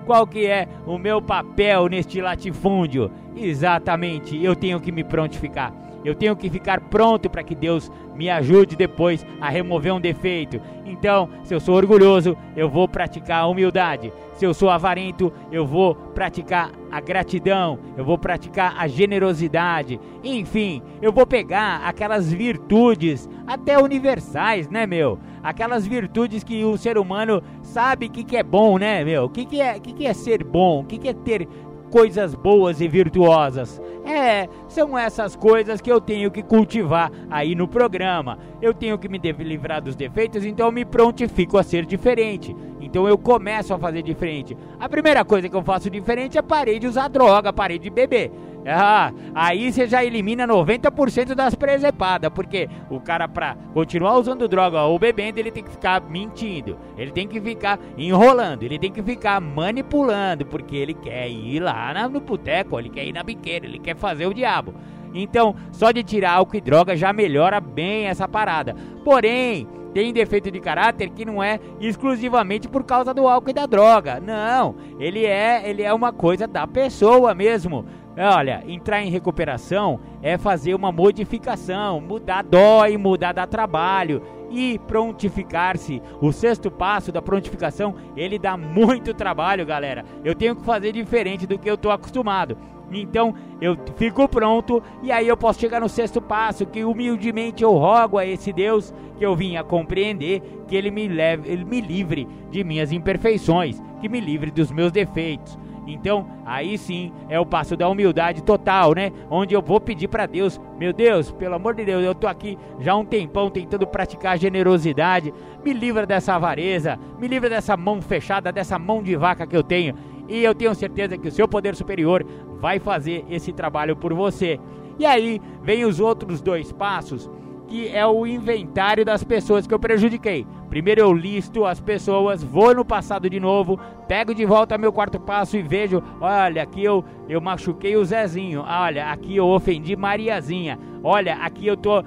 Qual que é o meu papel neste latifúndio? Exatamente, eu tenho que me prontificar. Eu tenho que ficar pronto para que Deus me ajude depois a remover um defeito. Então, se eu sou orgulhoso, eu vou praticar a humildade. Se eu sou avarento, eu vou praticar a gratidão. Eu vou praticar a generosidade. Enfim, eu vou pegar aquelas virtudes, até universais, né, meu? Aquelas virtudes que o ser humano sabe o que, que é bom, né, meu? O que, que, é, que, que é ser bom? O que, que é ter coisas boas e virtuosas? É, são essas coisas que eu tenho que cultivar aí no programa. Eu tenho que me livrar dos defeitos, então eu me prontifico a ser diferente. Então eu começo a fazer diferente. A primeira coisa que eu faço diferente é parei de usar droga, parei de beber. Ah, aí você já elimina noventa por cento das presepadas, porque o cara, pra continuar usando droga ou bebendo, ele tem que ficar mentindo, ele tem que ficar enrolando, ele tem que ficar manipulando, porque ele quer ir lá no boteco, ele quer ir na biqueira, ele quer fazer o diabo. Então, só de tirar álcool e droga já melhora bem essa parada. Porém, tem defeito de caráter que não é exclusivamente por causa do álcool e da droga. Não, ele é, ele é uma coisa da pessoa mesmo. Olha, entrar em recuperação é fazer uma modificação, mudar dói, mudar dá trabalho e prontificar-se. O sexto passo da prontificação, ele dá muito trabalho, galera. Eu tenho que fazer diferente do que eu tô acostumado. Então eu fico pronto e aí eu posso chegar no sexto passo, que humildemente eu rogo a esse Deus que eu vim a compreender, que ele me leve, ele me livre de minhas imperfeições, que me livre dos meus defeitos. Então, aí sim é o passo da humildade total, né? Onde eu vou pedir para Deus, meu Deus, pelo amor de Deus, eu tô aqui já há um tempão tentando praticar a generosidade, me livra dessa avareza, me livra dessa mão fechada, dessa mão de vaca que eu tenho. E eu tenho certeza que o seu poder superior vai fazer esse trabalho por você. E aí vem os outros dois passos, que é o inventário das pessoas que eu prejudiquei. Primeiro eu listo as pessoas, vou no passado de novo, pego de volta meu quarto passo e vejo, olha, aqui eu, eu machuquei o Zezinho, olha, aqui eu ofendi Mariazinha, olha, aqui eu tô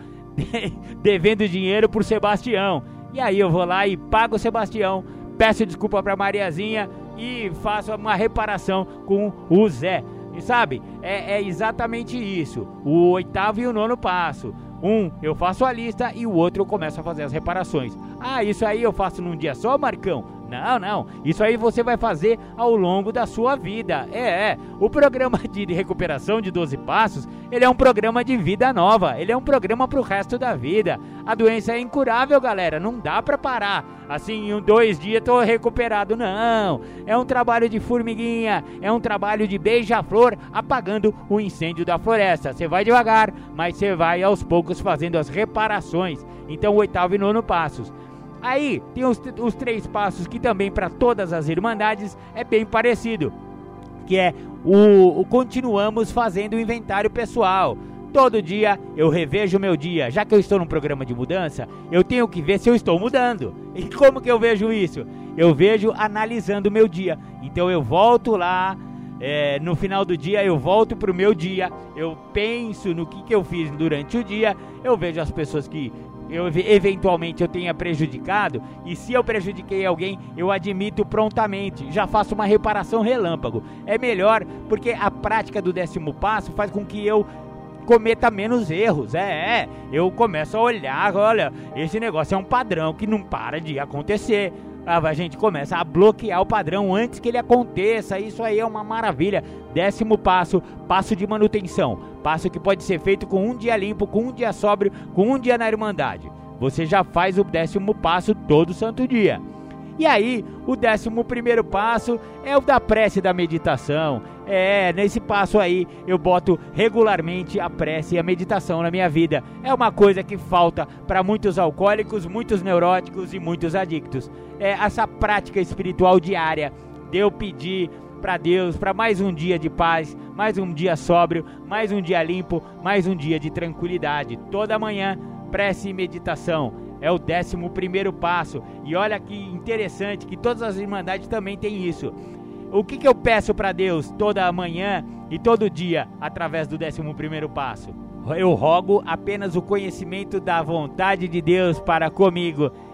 devendo dinheiro pro Sebastião. E aí eu vou lá e pago o Sebastião, peço desculpa pra Mariazinha e faço uma reparação com o Zé. E sabe, é, é exatamente isso, o oitavo e o nono passo. Um, eu faço a lista e o outro eu começo a fazer as reparações. Ah, isso aí eu faço num dia só, Marcão? Não, não, isso aí você vai fazer ao longo da sua vida. É, é, o programa de recuperação de doze passos, ele é um programa de vida nova, ele é um programa pro resto da vida. A doença é incurável, galera, não dá pra parar. Assim, em dois dias tô recuperado, não. É um trabalho de formiguinha, é um trabalho de beija-flor apagando o incêndio da floresta. Você vai devagar, mas você vai aos poucos fazendo as reparações. Então, o oitavo e nono passos. Aí, tem os, os três passos que também para todas as irmandades é bem parecido, que é o, o continuamos fazendo o inventário pessoal. Todo dia eu revejo o meu dia. Já que eu estou num programa de mudança, eu tenho que ver se eu estou mudando. E como que eu vejo isso? Eu vejo analisando o meu dia. Então eu volto lá, é, no final do dia eu volto pro meu dia, eu penso no que, que eu fiz durante o dia, eu vejo as pessoas que eu eventualmente eu tenha prejudicado, e se eu prejudiquei alguém, eu admito prontamente, já faço uma reparação relâmpago. É melhor, porque a prática do décimo passo faz com que eu cometa menos erros. É, é, eu começo a olhar, olha, esse negócio é um padrão que não para de acontecer. A gente começa a bloquear o padrão antes que ele aconteça. Isso aí é uma maravilha. Décimo passo, passo de manutenção. Passo que pode ser feito com um dia limpo, com um dia sóbrio, com um dia na Irmandade. Você já faz o décimo passo todo santo dia. E aí, o décimo primeiro passo é o da prece e da meditação. É, nesse passo aí, eu boto regularmente a prece e a meditação na minha vida. É uma coisa que falta para muitos alcoólicos, muitos neuróticos e muitos adictos. É essa prática espiritual diária de eu pedir para Deus, para mais um dia de paz, mais um dia sóbrio, mais um dia limpo, mais um dia de tranquilidade. Toda manhã, prece e meditação. É o décimo primeiro passo. E olha que interessante que todas as irmandades também têm isso. O que, que eu peço para Deus toda manhã e todo dia através do décimo primeiro passo? Eu rogo apenas o conhecimento da vontade de Deus para comigo.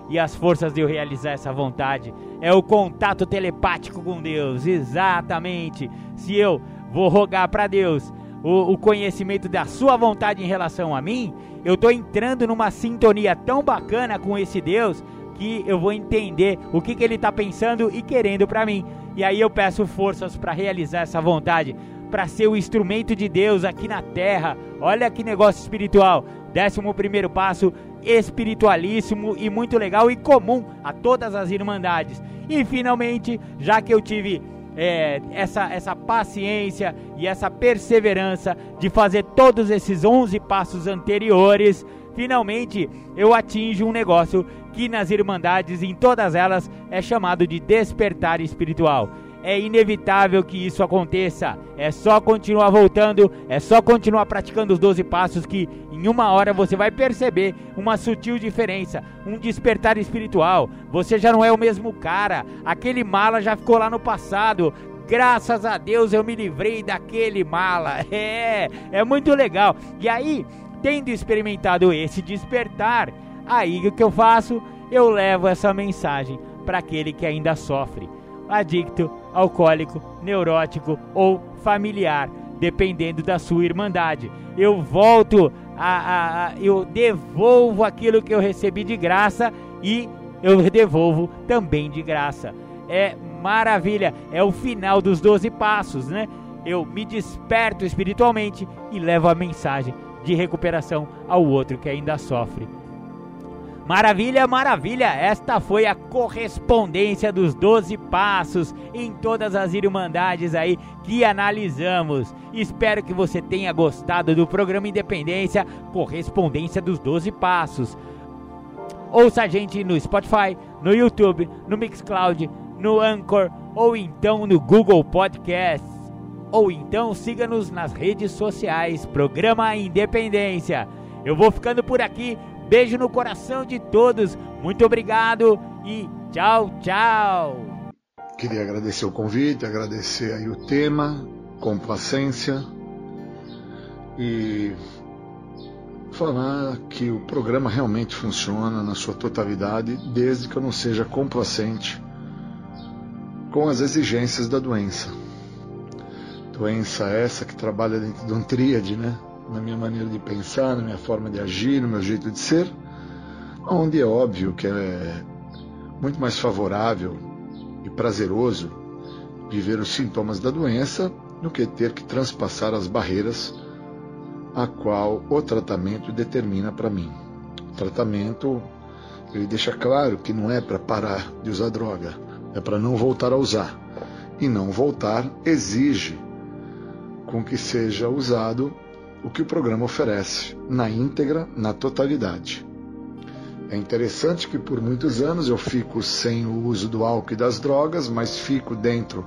e as forças de eu realizar essa vontade. É o contato telepático com Deus, exatamente. Se eu vou rogar para Deus o, o conhecimento da sua vontade em relação a mim, eu estou entrando numa sintonia tão bacana com esse Deus que eu vou entender o que, que Ele está pensando e querendo para mim. E aí eu peço forças para realizar essa vontade, para ser o instrumento de Deus aqui na Terra. Olha que negócio espiritual. Décimo primeiro passo, espiritualíssimo e muito legal e comum a todas as irmandades. E finalmente, já que eu tive é, essa, essa paciência e essa perseverança de fazer todos esses onze passos anteriores, finalmente eu atinjo um negócio que nas irmandades, em todas elas, é chamado de despertar espiritual. É inevitável que isso aconteça, é só continuar voltando, é só continuar praticando os doze passos que em uma hora você vai perceber uma sutil diferença, um despertar espiritual. Você já não é o mesmo cara, aquele mala já ficou lá no passado. Graças a Deus eu me livrei daquele mala, é, é muito legal. E aí, tendo experimentado esse despertar, aí o que eu faço? Eu levo essa mensagem para aquele que ainda sofre, adicto, alcoólico, neurótico ou familiar, dependendo da sua irmandade. Eu volto, a, a, a, eu devolvo aquilo que eu recebi de graça e eu devolvo também de graça. É maravilha, é o final dos doze passos, né? Eu me desperto espiritualmente e levo a mensagem de recuperação ao outro que ainda sofre. Maravilha, maravilha, esta foi a correspondência dos doze passos em todas as irmandades aí que analisamos. Espero que você tenha gostado do programa Independência, correspondência dos doze passos. Ouça a gente no Spotify, no YouTube, no Mixcloud, no Anchor ou então no Google Podcasts. Ou então siga-nos nas redes sociais, Programa Independência. Eu vou ficando por aqui. Beijo no coração de todos, muito obrigado e tchau, tchau. Queria agradecer o convite, agradecer aí o tema, complacência, e falar que o programa realmente funciona na sua totalidade, desde que eu não seja complacente com as exigências da doença. Doença essa que trabalha dentro de um tríade, né? Na minha maneira de pensar, na minha forma de agir, no meu jeito de ser, onde é óbvio que é muito mais favorável e prazeroso viver os sintomas da doença do que ter que transpassar as barreiras a qual o tratamento determina para mim. O tratamento, ele deixa claro que não é para parar de usar droga, é para não voltar a usar. E não voltar exige com que seja usado o que o programa oferece, na íntegra, na totalidade. É interessante que por muitos anos eu fico sem o uso do álcool e das drogas, mas fico dentro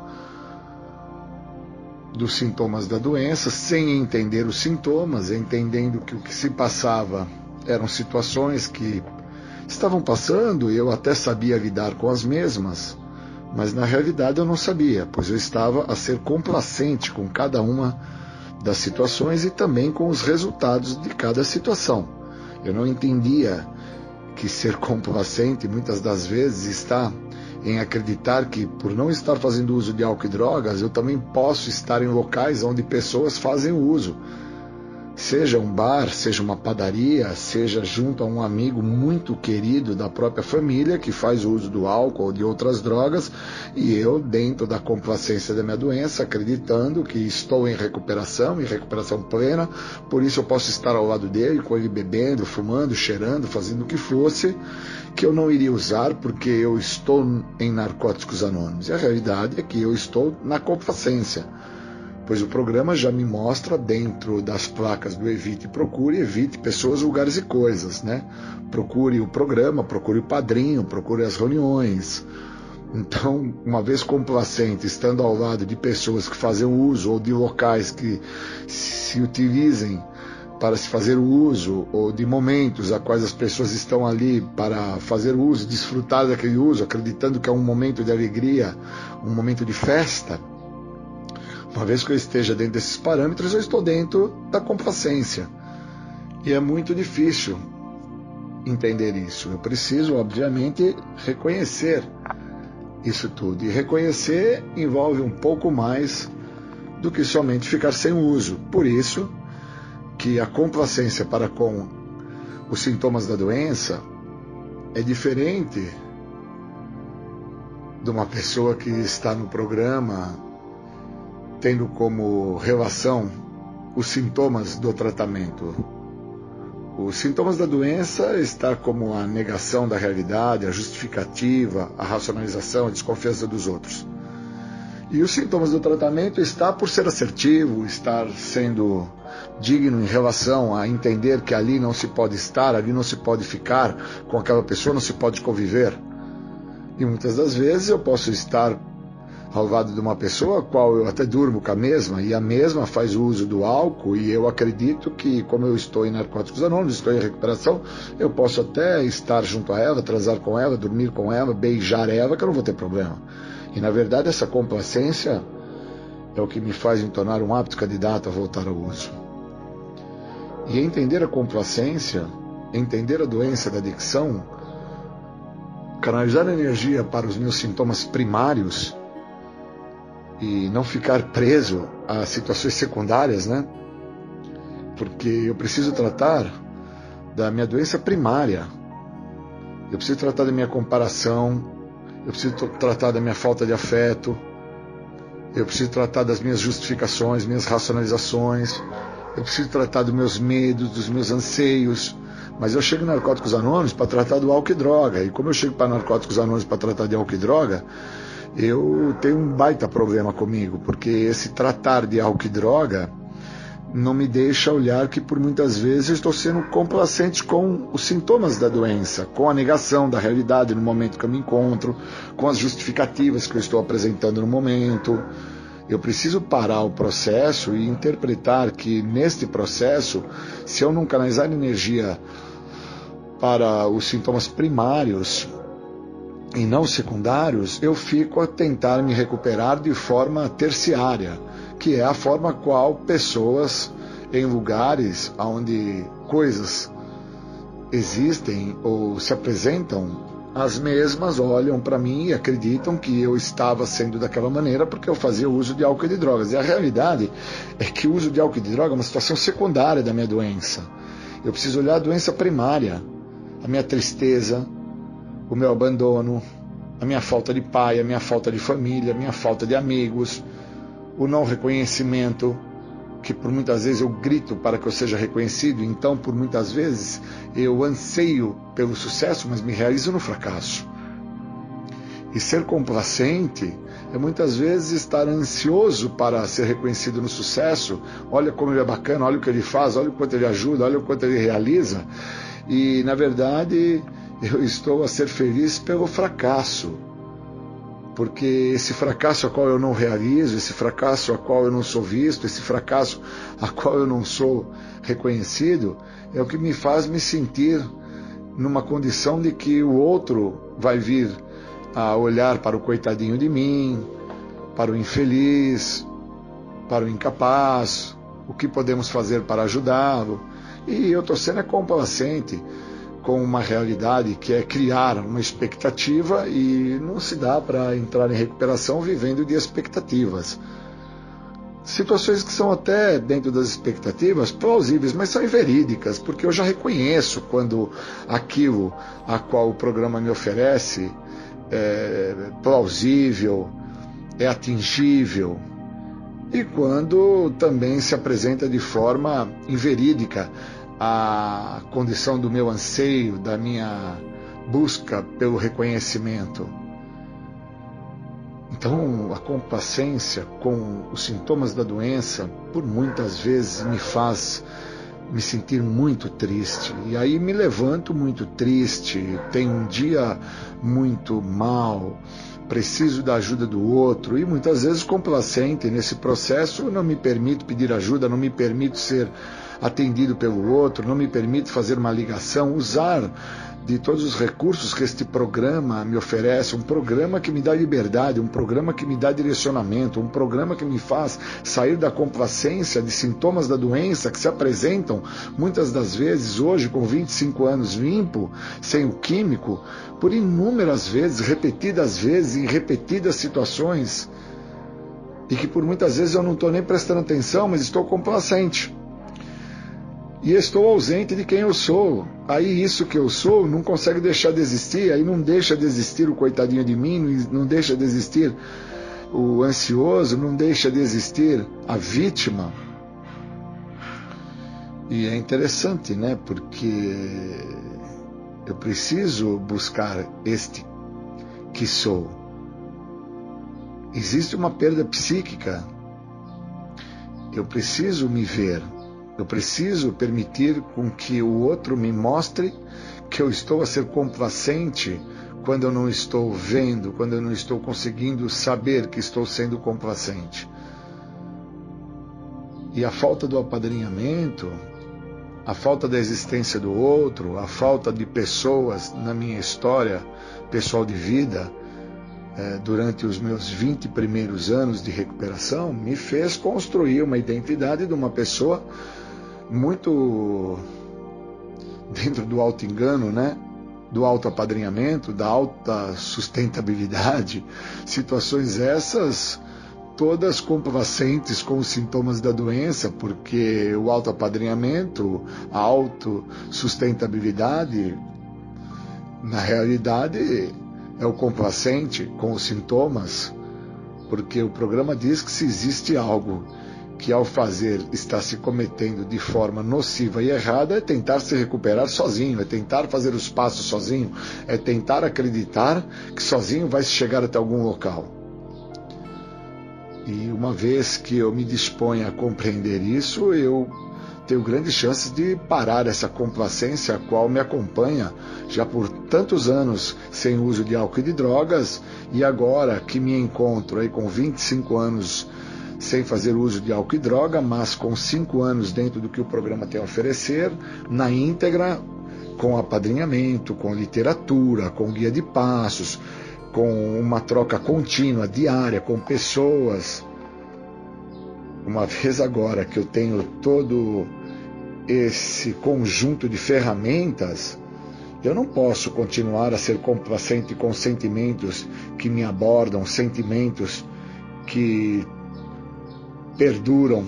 dos sintomas da doença, sem entender os sintomas, entendendo que o que se passava eram situações que estavam passando e eu até sabia lidar com as mesmas, mas na realidade eu não sabia, pois eu estava a ser complacente com cada uma das situações e também com os resultados de cada situação. Eu não entendia que ser complacente muitas das vezes está em acreditar que por não estar fazendo uso de álcool e drogas, eu também posso estar em locais onde pessoas fazem uso. Seja um bar, seja uma padaria, seja junto a um amigo muito querido da própria família que faz o uso do álcool ou de outras drogas, e eu, dentro da complacência da minha doença, acreditando que estou em recuperação, em recuperação plena, por isso eu posso estar ao lado dele, com ele bebendo, fumando, cheirando, fazendo o que fosse, que eu não iria usar porque eu estou em Narcóticos Anônimos. E a realidade é que eu estou na complacência, pois o programa já me mostra dentro das placas do Evite e Procure, evite pessoas, lugares e coisas, né? Procure o programa, procure o padrinho, procure as reuniões. Então, uma vez complacente, estando ao lado de pessoas que fazem uso ou de locais que se utilizem para se fazer o uso, ou de momentos a quais as pessoas estão ali para fazer o uso, desfrutar daquele uso, acreditando que é um momento de alegria, um momento de festa. Uma vez que eu esteja dentro desses parâmetros, eu estou dentro da complacência. E é muito difícil entender isso. Eu preciso, obviamente, reconhecer isso tudo. E reconhecer envolve um pouco mais do que somente ficar sem uso. Por isso que a complacência para com os sintomas da doença é diferente de uma pessoa que está no programa tendo como relação os sintomas do tratamento. Os sintomas da doença está como a negação da realidade, a justificativa, a racionalização, a desconfiança dos outros. E os sintomas do tratamento está por ser assertivo, estar sendo digno em relação a entender que ali não se pode estar, ali não se pode ficar com aquela pessoa, não se pode conviver. E muitas das vezes eu posso estar ao lado de uma pessoa a qual eu até durmo com a mesma, e a mesma faz uso do álcool, e eu acredito que, como eu estou em Narcóticos Anônimos, estou em recuperação, eu posso até estar junto a ela, transar com ela, dormir com ela, beijar ela, que eu não vou ter problema. E na verdade essa complacência é o que me faz me tornar um apto candidato a voltar ao uso. E entender a complacência, entender a doença da adicção, canalizar a energia para os meus sintomas primários e não ficar preso a situações secundárias, né? Porque eu preciso tratar da minha doença primária. Eu preciso tratar da minha comparação, eu preciso tratar da minha falta de afeto, eu preciso tratar das minhas justificações, minhas racionalizações, eu preciso tratar dos meus medos, dos meus anseios. Mas eu chego em Narcóticos Anônimos para tratar do álcool e droga. E como eu chego para Narcóticos Anônimos para tratar de álcool e droga, eu tenho um baita problema comigo, porque esse tratar de álcool e droga não me deixa olhar que por muitas vezes eu estou sendo complacente com os sintomas da doença, com a negação da realidade no momento que eu me encontro, com as justificativas que eu estou apresentando no momento. Eu preciso parar o processo e interpretar que neste processo, se eu não canalizar energia para os sintomas primários e não secundários, eu fico a tentar me recuperar de forma terciária, que é a forma qual pessoas em lugares onde coisas existem ou se apresentam, as mesmas olham para mim e acreditam que eu estava sendo daquela maneira porque eu fazia uso de álcool e de drogas. E a realidade é que o uso de álcool e de droga é uma situação secundária da minha doença. Eu preciso olhar a doença primária, a minha tristeza, o meu abandono, a minha falta de pai, a minha falta de família, a minha falta de amigos, o não reconhecimento, que por muitas vezes eu grito para que eu seja reconhecido, então por muitas vezes eu anseio pelo sucesso, mas me realizo no fracasso. E ser complacente é muitas vezes estar ansioso para ser reconhecido no sucesso. Olha como ele é bacana, olha o que ele faz, olha o quanto ele ajuda, olha o quanto ele realiza. E na verdade eu estou a ser feliz pelo fracasso. Porque esse fracasso a qual eu não realizo, esse fracasso a qual eu não sou visto, esse fracasso a qual eu não sou reconhecido, é o que me faz me sentir numa condição de que o outro vai vir a olhar para o coitadinho de mim, para o infeliz, para o incapaz, o que podemos fazer para ajudá-lo. E eu estou sendo complacente com uma realidade que é criar uma expectativa, e não se dá para entrar em recuperação vivendo de expectativas. Situações que são até dentro das expectativas plausíveis, mas são inverídicas, porque eu já reconheço quando aquilo a qual o programa me oferece é plausível, é atingível, e quando também se apresenta de forma inverídica a condição do meu anseio, da minha busca pelo reconhecimento. Então, a complacência com os sintomas da doença, por muitas vezes, me faz me sentir muito triste. E aí me levanto muito triste, tenho um dia muito mal, preciso da ajuda do outro, e muitas vezes complacente nesse processo, não me permito pedir ajuda, não me permito ser atendido pelo outro, não me permito fazer uma ligação, usar de todos os recursos que este programa me oferece, um programa que me dá liberdade, um programa que me dá direcionamento, um programa que me faz sair da complacência de sintomas da doença que se apresentam muitas das vezes hoje com vinte e cinco anos limpo, sem o químico, por inúmeras vezes, repetidas vezes, em repetidas situações, e que por muitas vezes eu não estou nem prestando atenção, mas estou complacente. E estou ausente de quem eu sou. Aí isso que eu sou não consegue deixar de existir, aí não deixa de existir o coitadinho de mim, não deixa de existir o ansioso, não deixa de existir a vítima. E é interessante, né? Porque eu preciso buscar este que sou. Existe uma perda psíquica. Eu preciso me ver. Eu preciso permitir com que o outro me mostre que eu estou a ser complacente quando eu não estou vendo, quando eu não estou conseguindo saber que estou sendo complacente. E a falta do apadrinhamento, a falta da existência do outro, a falta de pessoas na minha história pessoal de vida, é, durante os meus vinte primeiros anos de recuperação, me fez construir uma identidade de uma pessoa muito dentro do auto-engano, né? Do auto-apadrinhamento, da alta sustentabilidade, situações essas todas complacentes com os sintomas da doença, porque o auto-apadrinhamento, a autossustentabilidade, na realidade é o complacente com os sintomas, porque o programa diz que se existe algo que ao fazer está se cometendo de forma nociva e errada, é tentar se recuperar sozinho, é tentar fazer os passos sozinho, é tentar acreditar que sozinho vai chegar até algum local. E uma vez que eu me disponho a compreender isso, eu tenho grandes chances de parar essa complacência a qual me acompanha já por tantos anos sem uso de álcool e de drogas, e agora que me encontro aí com vinte e cinco anos sem fazer uso de álcool e droga, mas com cinco anos dentro do que o programa tem a oferecer, na íntegra, com apadrinhamento, com literatura, com guia de passos, com uma troca contínua, diária, com pessoas. Uma vez agora que eu tenho todo esse conjunto de ferramentas, eu não posso continuar a ser complacente com sentimentos que me abordam, sentimentos que perduram.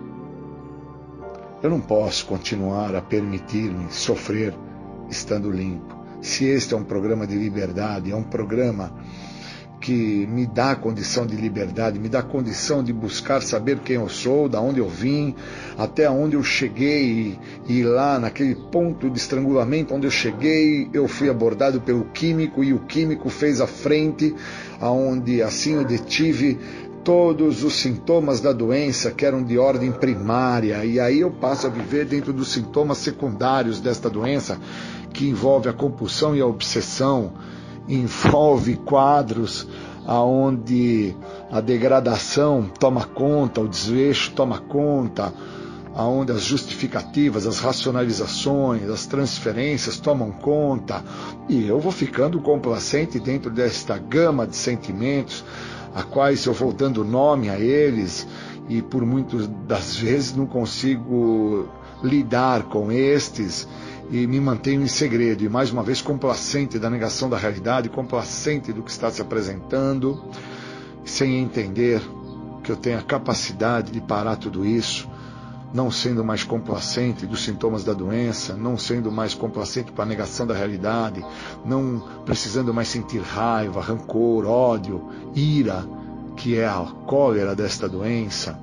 Eu não posso continuar a permitir-me sofrer estando limpo. Se este é um programa de liberdade, é um programa que me dá condição de liberdade, me dá condição de buscar saber quem eu sou, da onde eu vim, até onde eu cheguei, e, e lá naquele ponto de estrangulamento onde eu cheguei, eu fui abordado pelo químico e o químico fez a frente, aonde assim eu detive todos os sintomas da doença que eram de ordem primária, e aí eu passo a viver dentro dos sintomas secundários desta doença, que envolve a compulsão e a obsessão, envolve quadros aonde a degradação toma conta, o desleixo toma conta, aonde as justificativas, as racionalizações, as transferências tomam conta, e eu vou ficando complacente dentro desta gama de sentimentos, a quais eu vou dando nome a eles, e por muitas das vezes não consigo lidar com estes, e me mantenho em segredo, e mais uma vez complacente da negação da realidade, complacente do que está se apresentando, sem entender que eu tenho a capacidade de parar tudo isso, não sendo mais complacente dos sintomas da doença, não sendo mais complacente com a negação da realidade, não precisando mais sentir raiva, rancor, ódio, ira, que é a cólera desta doença,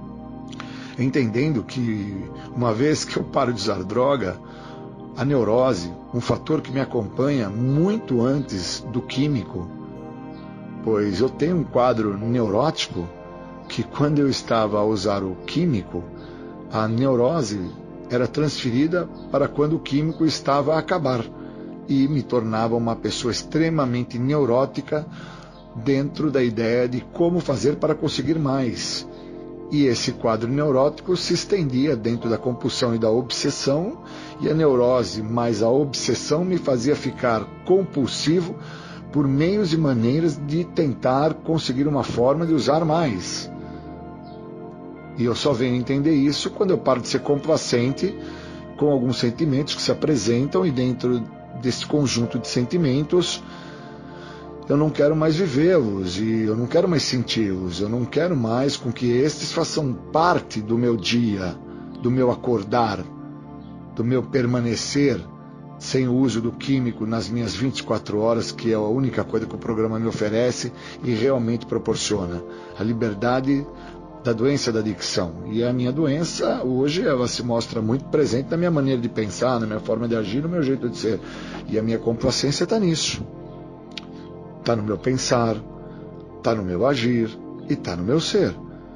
entendendo que uma vez que eu paro de usar droga, a neurose, um fator que me acompanha muito antes do químico, pois eu tenho um quadro neurótico que quando eu estava a usar o químico, a neurose era transferida para quando o químico estava a acabar e me tornava uma pessoa extremamente neurótica dentro da ideia de como fazer para conseguir mais. E esse quadro neurótico se estendia dentro da compulsão e da obsessão, e a neurose mais a obsessão me fazia ficar compulsivo por meios e maneiras de tentar conseguir uma forma de usar mais. E eu só venho entender isso quando eu paro de ser complacente com alguns sentimentos que se apresentam, e dentro desse conjunto de sentimentos eu não quero mais vivê-los, e eu não quero mais senti-los, eu não quero mais com que estes façam parte do meu dia, do meu acordar, do meu permanecer sem o uso do químico nas minhas vinte e quatro horas, que é a única coisa que o programa me oferece e realmente proporciona. A liberdade da doença da adicção. E a minha doença, hoje, ela se mostra muito presente na minha maneira de pensar, na minha forma de agir, no meu jeito de ser. E a minha complacência está nisso. Está no meu pensar, está no meu agir e está no meu ser.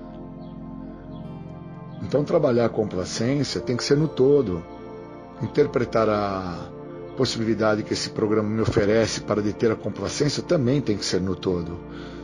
Então, trabalhar a complacência tem que ser no todo. Interpretar a possibilidade que esse programa me oferece para deter a complacência também tem que ser no todo.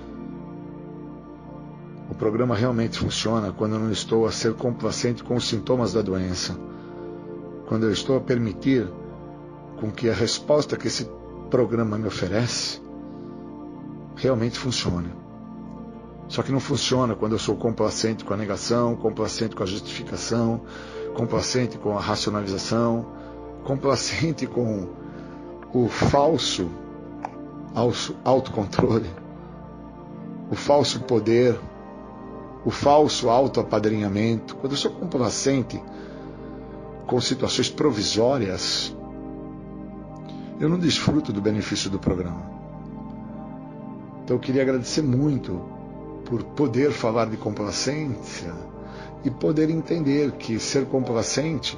O programa realmente funciona quando eu não estou a ser complacente com os sintomas da doença. Quando eu estou a permitir com que a resposta que esse programa me oferece realmente funcione. Só que não funciona quando eu sou complacente com a negação, complacente com a justificação, complacente com a racionalização, complacente com o falso autocontrole, o falso poder, o falso autoapadrinhamento. Quando eu sou complacente com situações provisórias, eu não desfruto do benefício do programa. Então eu queria agradecer muito por poder falar de complacência e poder entender que ser complacente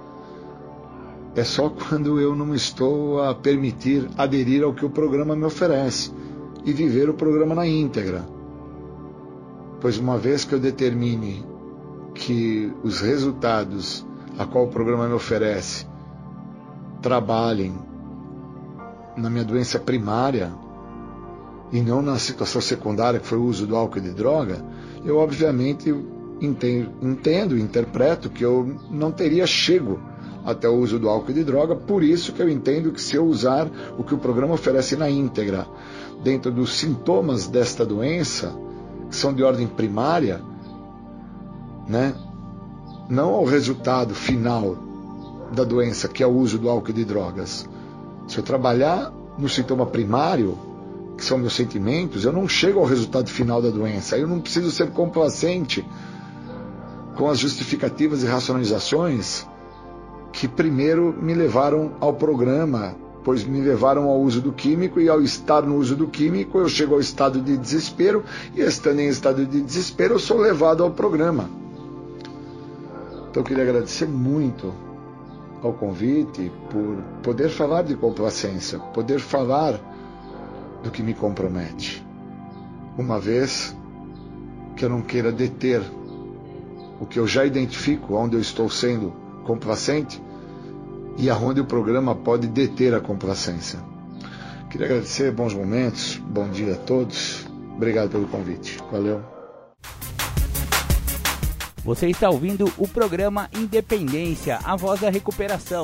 é só quando eu não estou a permitir aderir ao que o programa me oferece e viver o programa na íntegra. Pois uma vez que eu determine que os resultados a qual o programa me oferece trabalhem na minha doença primária e não na situação secundária, que foi o uso do álcool e de droga, eu obviamente entendo, entendo e interpreto que eu não teria chego até o uso do álcool e de droga. Por isso que eu entendo que se eu usar o que o programa oferece na íntegra, dentro dos sintomas desta doença, que são de ordem primária, né, não ao resultado final da doença, que é o uso do álcool e de drogas. Se eu trabalhar no sintoma primário, que são meus sentimentos, eu não chego ao resultado final da doença. Eu não preciso ser complacente com as justificativas e racionalizações que primeiro me levaram ao programa, pois me levaram ao uso do químico, e ao estar no uso do químico eu chego ao estado de desespero, e estando em estado de desespero eu sou levado ao programa. Então eu queria agradecer muito ao convite por poder falar de complacência, poder falar do que me compromete, uma vez que eu não queira deter o que eu já identifico onde eu estou sendo complacente e aonde o programa pode deter a complacência. Queria agradecer, bons momentos, bom dia a todos, obrigado pelo convite, valeu. Você está ouvindo o programa Independência, a voz da recuperação.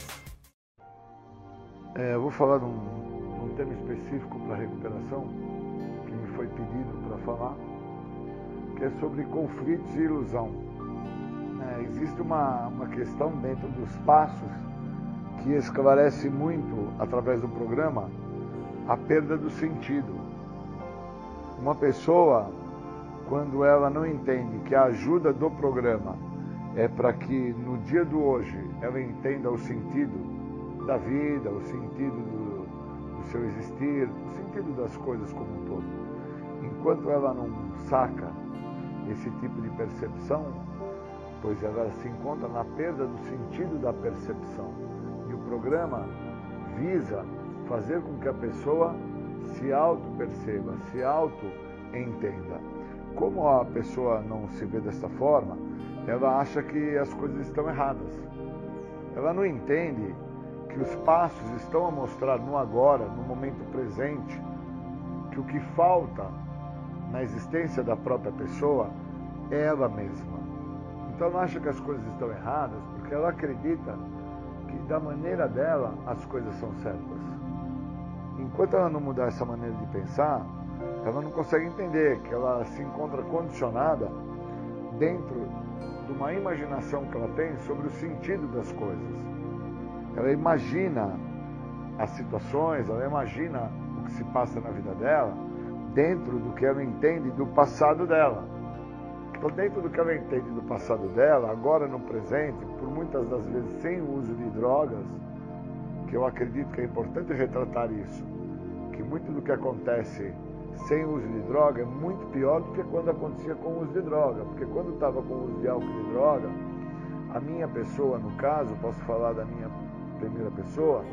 É, eu vou falar de um um tema específico para a recuperação, que me foi pedido para falar, que é sobre conflitos e ilusão. É, existe uma, uma questão dentro dos passos que esclarece muito, através do programa, a perda do sentido. Uma pessoa, quando ela não entende que a ajuda do programa é para que no dia do hoje ela entenda o sentido da vida, o sentido do do seu existir, o sentido das coisas como um todo. Enquanto ela não saca esse tipo de percepção, pois ela se encontra na perda do sentido da percepção. E o programa visa fazer com que a pessoa se auto-perceba, se auto-entenda. Como a pessoa não se vê dessa forma, ela acha que as coisas estão erradas. Ela não entende que os passos estão a mostrar no agora, no momento presente, que o que falta na existência da própria pessoa é ela mesma. Então ela acha que as coisas estão erradas porque ela acredita que da maneira dela as coisas são certas. Enquanto ela não mudar essa maneira de pensar, ela não consegue entender que ela se encontra condicionada dentro de uma imaginação que ela tem sobre o sentido das coisas. Ela imagina as situações, ela imagina o que se passa na vida dela dentro do que ela entende do passado dela. Então, dentro do que ela entende do passado dela, agora no presente, por muitas das vezes sem o uso de drogas, que eu acredito que é importante retratar isso, que muito do que acontece sem uso de droga é muito pior do que quando acontecia com o uso de droga, porque quando estava com o uso de álcool e de droga, a minha pessoa, no caso, posso falar da minha primeira pessoa,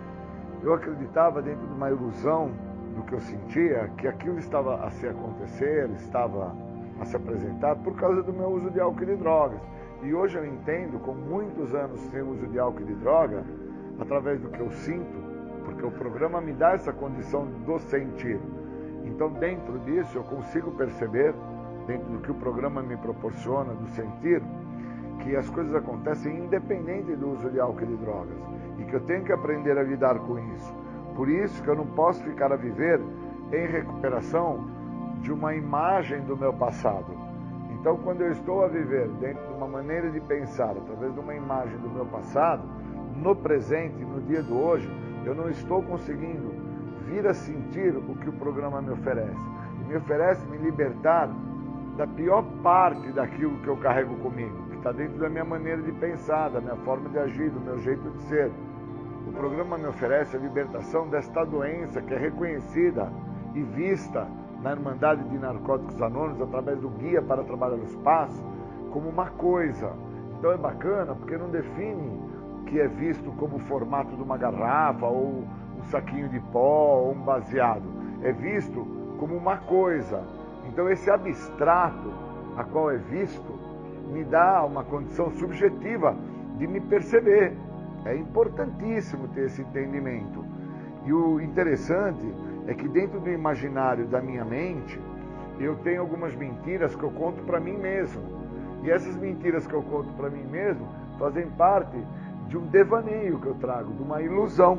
eu acreditava dentro de uma ilusão do que eu sentia, que aquilo estava a se acontecer, estava a se apresentar por causa do meu uso de álcool e de drogas. E hoje eu entendo, com muitos anos sem uso de álcool e de droga, através do que eu sinto, porque o programa me dá essa condição do sentir. Então, dentro disso, eu consigo perceber, dentro do que o programa me proporciona, do sentir, que as coisas acontecem independente do uso de álcool e de drogas. E que eu tenho que aprender a lidar com isso. Por isso que eu não posso ficar a viver em recuperação de uma imagem do meu passado. Então, quando eu estou a viver dentro de uma maneira de pensar, através de uma imagem do meu passado, no presente, no dia de hoje, eu não estou conseguindo vir a sentir o que o programa me oferece. Me oferece me libertar da pior parte daquilo que eu carrego comigo, que está dentro da minha maneira de pensar, da minha forma de agir, do meu jeito de ser. O programa me oferece a libertação desta doença que é reconhecida e vista na Irmandade de Narcóticos Anônimos, através do Guia para Trabalhar os Passos, como uma coisa. Então é bacana, porque não define que é visto como o formato de uma garrafa, ou um saquinho de pó, ou um baseado. É visto como uma coisa. Então esse abstrato, a qual é visto, me dá uma condição subjetiva de me perceber. É importantíssimo ter esse entendimento. E o interessante é que dentro do imaginário da minha mente, eu tenho algumas mentiras que eu conto para mim mesmo. E essas mentiras que eu conto para mim mesmo fazem parte de um devaneio que eu trago, de uma ilusão.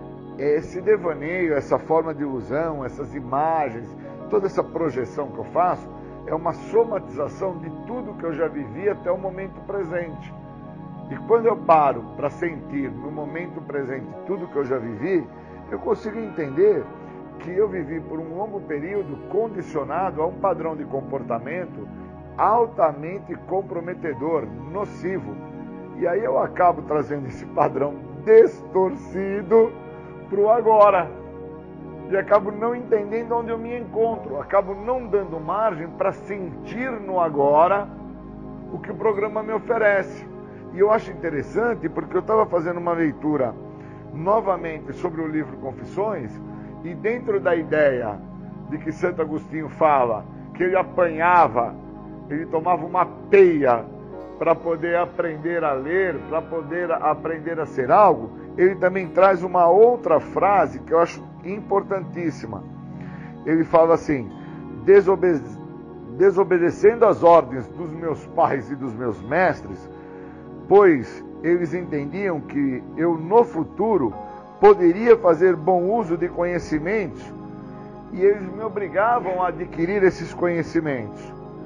Esse devaneio, essa forma de ilusão, essas imagens, toda essa projeção que eu faço, é uma somatização de tudo que eu já vivi até o momento presente. E quando eu paro para sentir no momento presente tudo que eu já vivi, eu consigo entender que eu vivi por um longo período condicionado a um padrão de comportamento altamente comprometedor, nocivo. E aí eu acabo trazendo esse padrão distorcido para o agora. E acabo não entendendo onde eu me encontro. Acabo não dando margem para sentir no agora o que o programa me oferece. E eu acho interessante porque eu estava fazendo uma leitura novamente sobre o livro Confissões, e dentro da ideia de que Santo Agostinho fala que ele apanhava, ele tomava uma peia para poder aprender a ler, para poder aprender a ser algo, ele também traz uma outra frase que eu acho importantíssima. Ele fala assim: Desobe... desobedecendo as ordens dos meus pais e dos meus mestres, pois eles entendiam que eu no futuro poderia fazer bom uso de conhecimentos, e eles me obrigavam a adquirir esses conhecimentos.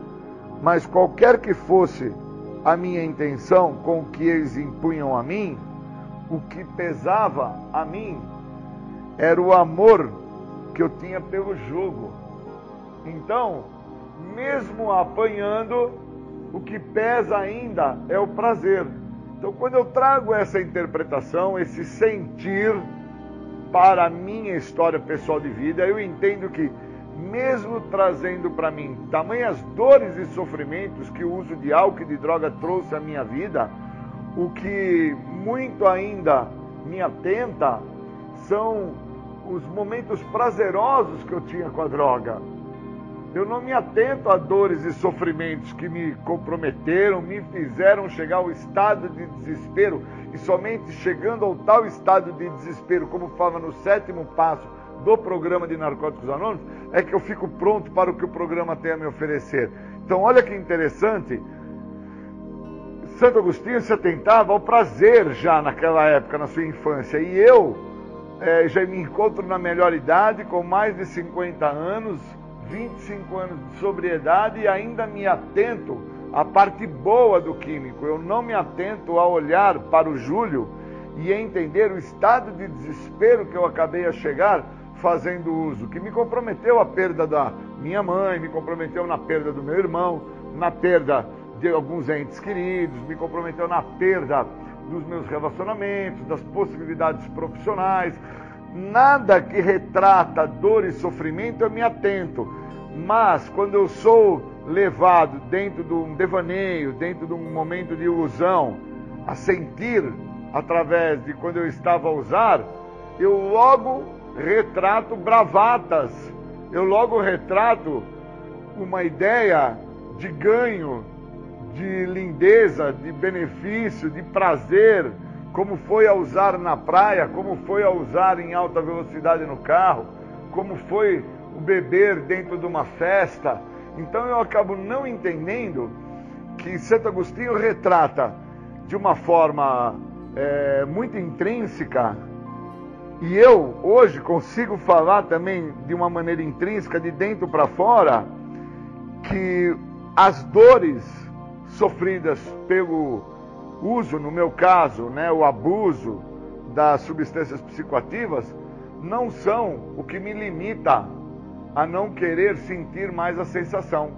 Mas qualquer que fosse a minha intenção com o que eles impunham a mim, o que pesava a mim era o amor que eu tinha pelo jogo. Então, mesmo apanhando, o que pesa ainda é o prazer. Então, quando eu trago essa interpretação, esse sentir para a minha história pessoal de vida, eu entendo que, mesmo trazendo para mim tamanhas dores e sofrimentos que o uso de álcool e de droga trouxe à minha vida, o que muito ainda me atenta são os momentos prazerosos que eu tinha com a droga. Eu não me atento a dores e sofrimentos que me comprometeram, me fizeram chegar ao estado de desespero, e somente chegando ao tal estado de desespero, como fala no sétimo passo do programa de Narcóticos Anônimos, é que eu fico pronto para o que o programa tem a me oferecer. Então olha que interessante, Santo Agostinho se atentava ao prazer já naquela época, na sua infância, e eu é, já me encontro na melhor idade, com mais de cinquenta anos, vinte e cinco anos de sobriedade, e ainda me atento à parte boa do químico. Eu não me atento a olhar para o Júlio e a entender o estado de desespero que eu acabei a chegar fazendo uso, que me comprometeu a perda da minha mãe, me comprometeu na perda do meu irmão, na perda de alguns entes queridos, me comprometeu na perda dos meus relacionamentos, das possibilidades profissionais. Nada que retrata dor e sofrimento eu me atento, mas quando eu sou levado dentro de um devaneio, dentro de um momento de ilusão, a sentir através de quando eu estava a usar, eu logo retrato bravatas, eu logo retrato uma ideia de ganho, de lindeza, de benefício, de prazer, como foi a usar na praia, como foi a usar em alta velocidade no carro, como foi o beber dentro de uma festa. Então eu acabo não entendendo que Santo Agostinho retrata de uma forma é, muito intrínseca, e eu hoje consigo falar também de uma maneira intrínseca, de dentro para fora, que as dores sofridas pelo uso, no meu caso, né, o abuso das substâncias psicoativas, não são o que me limita a não querer sentir mais a sensação.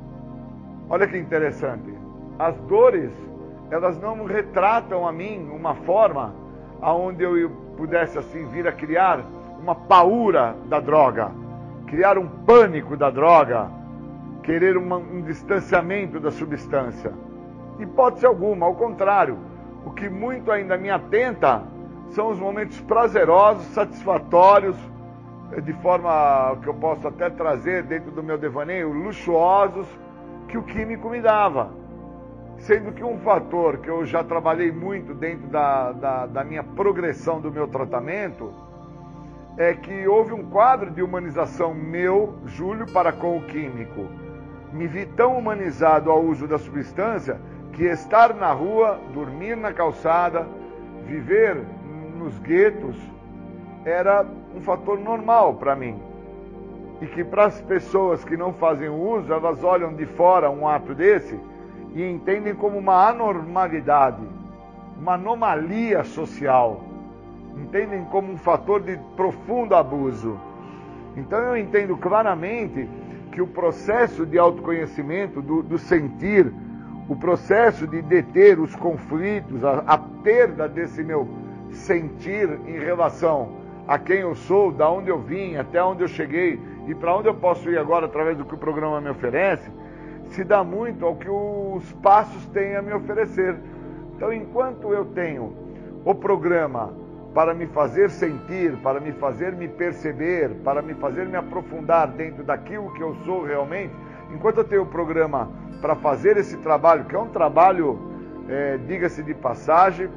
Olha que interessante. As dores, elas não retratam a mim uma forma aonde eu pudesse assim vir a criar uma paura da droga, criar um pânico da droga, querer uma, um distanciamento da substância. Hipótese alguma, ao contrário, o que muito ainda me atenta são os momentos prazerosos, satisfatórios, de forma que eu posso até trazer dentro do meu devaneio, luxuosos, que o químico me dava. Sendo que um fator que eu já trabalhei muito dentro da, da, da minha progressão do meu tratamento é que houve um quadro de humanização meu, Júlio, para com o químico. Me vi tão humanizado ao uso da substância que estar na rua, dormir na calçada, viver nos guetos, era um fator normal para mim. E que para as pessoas que não fazem uso, elas olham de fora um ato desse e entendem como uma anormalidade, uma anomalia social. Entendem como um fator de profundo abuso. Então eu entendo claramente que o processo de autoconhecimento, do, do sentir, o processo de deter os conflitos, a, a perda desse meu sentir em relação a quem eu sou, da onde eu vim, até onde eu cheguei e para onde eu posso ir agora através do que o programa me oferece, se dá muito ao que os passos têm a me oferecer. Então, enquanto eu tenho o programa para me fazer sentir, para me fazer me perceber, para me fazer me aprofundar dentro daquilo que eu sou realmente, enquanto eu tenho o programa para fazer esse trabalho, que é um trabalho, é, diga-se de passagem,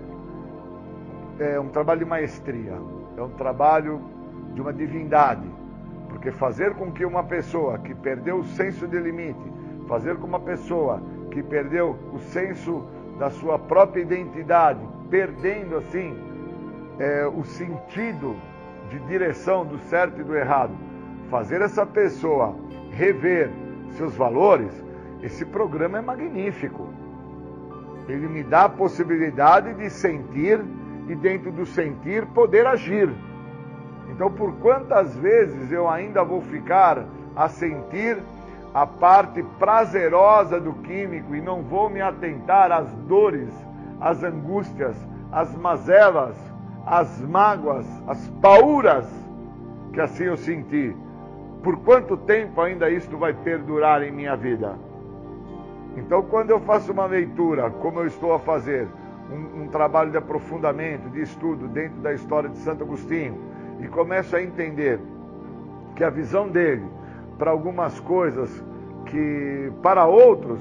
é um trabalho de maestria, é um trabalho de uma divindade, porque fazer com que uma pessoa que perdeu o senso de limite, fazer com uma pessoa que perdeu o senso da sua própria identidade, perdendo assim é, o sentido de direção do certo e do errado, fazer essa pessoa rever seus valores, esse programa é magnífico. Ele me dá a possibilidade de sentir e dentro do sentir poder agir. Então, por quantas vezes eu ainda vou ficar a sentir a parte prazerosa do químico e não vou me atentar às dores, às angústias, às mazelas, às mágoas, às pauras que assim eu senti? Por quanto tempo ainda isto vai perdurar em minha vida? Então, quando eu faço uma leitura, como eu estou a fazer, um, um trabalho de aprofundamento, de estudo dentro da história de Santo Agostinho, e começo a entender que a visão dele para algumas coisas que para outros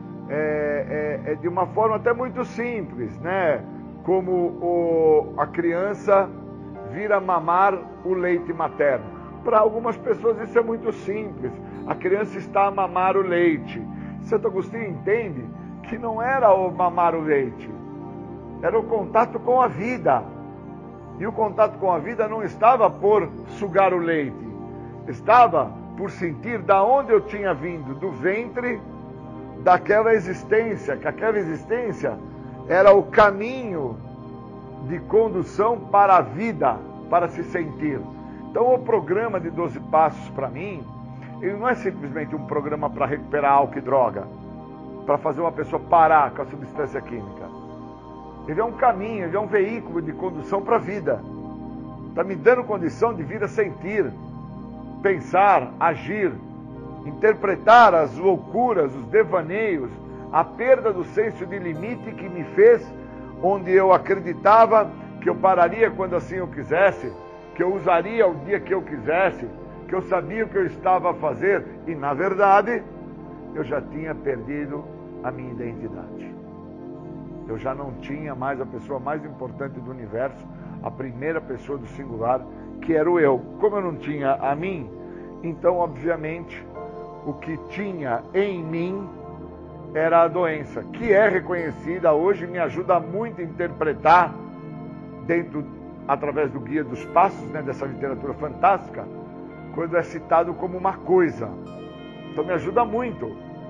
é, é, é de uma forma até muito simples, né? Como o, a criança vir a mamar o leite materno. Para algumas pessoas isso é muito simples. A criança está a mamar o leite. Santo Agostinho entende que não era o mamar o leite, era o contato com a vida. E o contato com a vida não estava por sugar o leite, estava por sentir da onde eu tinha vindo, do ventre daquela existência, que aquela existência era o caminho de condução para a vida, para se sentir. Então o programa de doze passos para mim, ele não é simplesmente um programa para recuperar álcool e droga, para fazer uma pessoa parar com a substância química. Ele é um caminho, ele é um veículo de condução para a vida. Está me dando condição de vir a sentir, pensar, agir, interpretar as loucuras, os devaneios, a perda do senso de limite que me fez, onde eu acreditava que eu pararia quando assim eu quisesse, que eu usaria o dia que eu quisesse, que eu sabia o que eu estava a fazer, e na verdade eu já tinha perdido a minha identidade. Eu já não tinha mais a pessoa mais importante do universo, a primeira pessoa do singular, que era o eu. Como eu não tinha a mim, então obviamente o que tinha em mim era a doença, que é reconhecida hoje, me ajuda muito a interpretar dentro, através do Guia dos Passos, né, dessa literatura fantástica, quando é citado como uma coisa. Então me ajuda muito.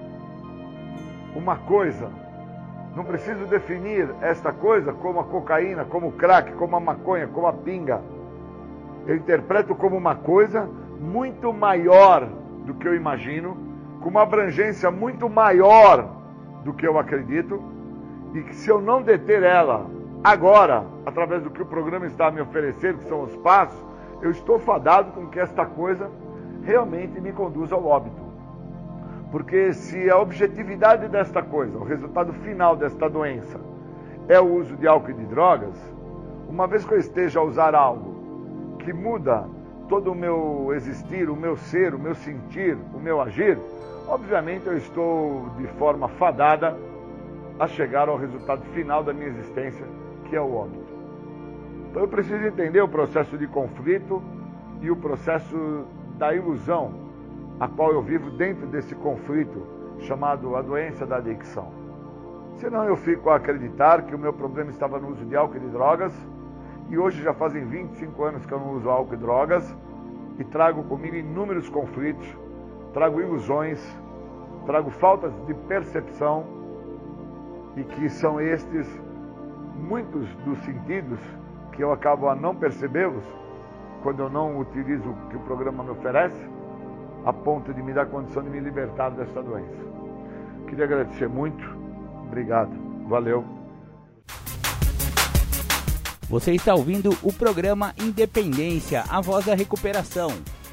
Uma coisa. Não preciso definir esta coisa como a cocaína, como o crack, como a maconha, como a pinga. Eu interpreto como uma coisa muito maior do que eu imagino, com uma abrangência muito maior do que eu acredito, e que se eu não deter ela agora, através do que o programa está a me oferecer, que são os passos, eu estou fadado com que esta coisa realmente me conduza ao óbito. Porque se a objetividade desta coisa, o resultado final desta doença, é o uso de álcool e de drogas, uma vez que eu esteja a usar algo que muda todo o meu existir, o meu ser, o meu sentir, o meu agir, obviamente eu estou de forma fadada a chegar ao resultado final da minha existência, que é o óbito. Então eu preciso entender o processo de conflito e o processo da ilusão a qual eu vivo dentro desse conflito chamado a doença da adicção. Senão eu fico a acreditar que o meu problema estava no uso de álcool e de drogas, e hoje já fazem vinte e cinco anos que eu não uso álcool e drogas, e trago comigo inúmeros conflitos, trago ilusões, trago faltas de percepção, e que são estes muitos dos sentidos que eu acabo a não percebê-los quando eu não utilizo o que o programa me oferece, a ponto de me dar condição de me libertar dessa doença. Queria agradecer muito. Obrigado. Valeu. Você está ouvindo o programa Independência, a voz da recuperação.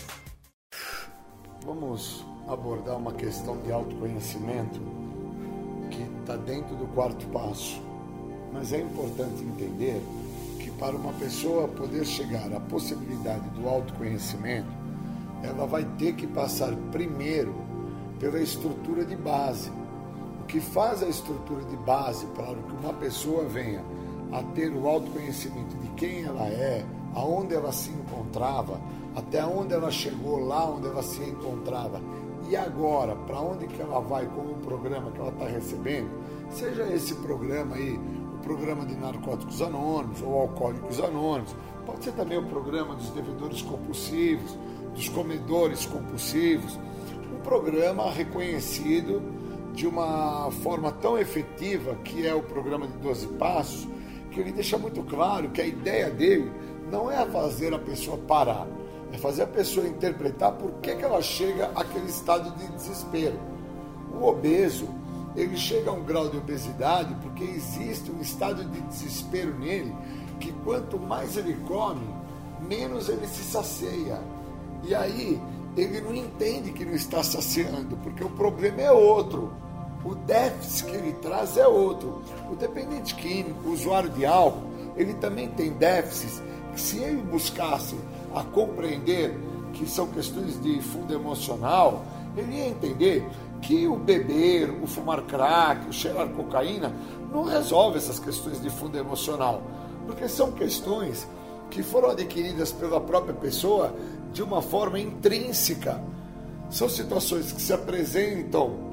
Vamos abordar uma questão de autoconhecimento que está dentro do quarto passo. Mas é importante entender que para uma pessoa poder chegar à possibilidade do autoconhecimento, ela vai ter que passar primeiro pela estrutura de base. O que faz a estrutura de base para que uma pessoa venha a ter o autoconhecimento de quem ela é, aonde ela se encontrava, até onde ela chegou, lá onde ela se encontrava, e agora, para onde que ela vai com o programa que ela está recebendo, seja esse programa aí, o programa de Narcóticos Anônimos ou Alcoólicos Anônimos, pode ser também o programa dos devedores compulsivos, dos comedores compulsivos, um programa reconhecido de uma forma tão efetiva, que é o programa de doze passos, que ele deixa muito claro que a ideia dele não é fazer a pessoa parar, é fazer a pessoa interpretar por que, que ela chega àquele estado de desespero. O obeso, ele chega a um grau de obesidade porque existe um estado de desespero nele, que quanto mais ele come, menos ele se sacia. E aí, ele não entende que não está saciando, porque o problema é outro. O déficit que ele traz é outro. O dependente químico, o usuário de álcool, ele também tem déficits que, se ele buscasse a compreender que são questões de fundo emocional, ele ia entender que o beber, o fumar crack, o cheirar cocaína, não resolve essas questões de fundo emocional, porque são questões que foram adquiridas pela própria pessoa de uma forma intrínseca. São situações que se apresentam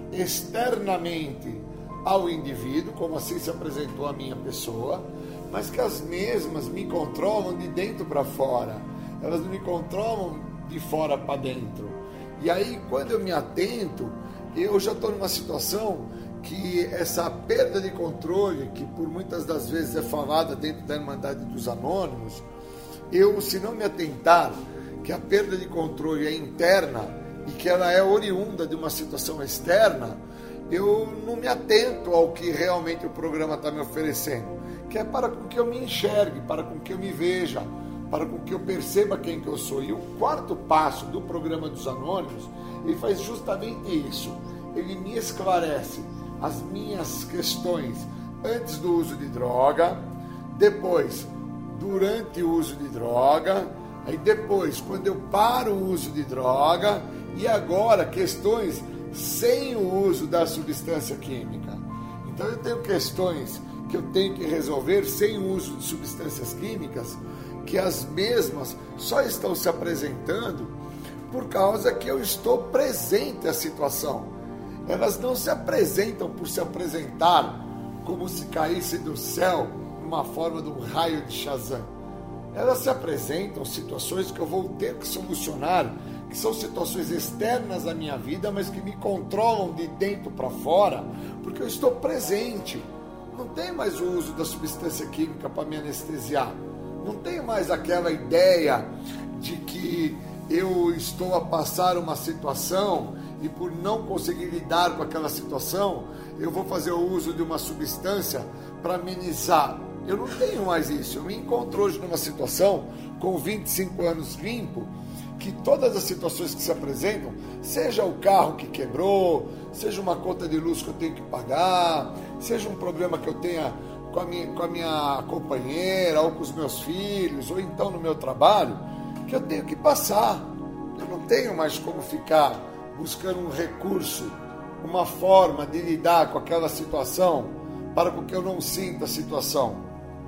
externamente ao indivíduo, como assim se apresentou a minha pessoa, mas que as mesmas me controlam de dentro para fora. Elas não me controlam de fora para dentro. E aí, quando eu me atento, eu já estou numa situação que essa perda de controle, que por muitas das vezes é falada dentro da Irmandade dos Anônimos, eu, se não me atentar que a perda de controle é interna e que ela é oriunda de uma situação externa, eu não me atento ao que realmente o programa está me oferecendo, que é para com que eu me enxergue, para com que eu me veja, para com que eu perceba quem que eu sou. E o quarto passo do programa dos Anônimos, ele faz justamente isso. Ele me esclarece as minhas questões antes do uso de droga, depois, durante o uso de droga, aí depois, quando eu paro o uso de droga, e agora questões sem o uso da substância química. Então eu tenho questões que eu tenho que resolver sem o uso de substâncias químicas, que as mesmas só estão se apresentando por causa que eu estou presente à situação. Elas não se apresentam por se apresentar como se caísse do céu numa forma de um raio de Shazam. Elas se apresentam situações que eu vou ter que solucionar, que são situações externas à minha vida, mas que me controlam de dentro para fora, porque eu estou presente. Não tem mais o uso da substância química para me anestesiar. Não tem mais aquela ideia de que eu estou a passar uma situação e por não conseguir lidar com aquela situação, eu vou fazer o uso de uma substância para amenizar. Eu não tenho mais isso. Eu me encontro hoje numa situação, com vinte e cinco anos limpo, que todas as situações que se apresentam, seja o carro que quebrou, seja uma conta de luz que eu tenho que pagar, seja um problema que eu tenha com a minha, com a minha companheira, ou com os meus filhos, ou então no meu trabalho, que eu tenho que passar. Eu não tenho mais como ficar buscando um recurso, uma forma de lidar com aquela situação, para que eu não sinta a situação.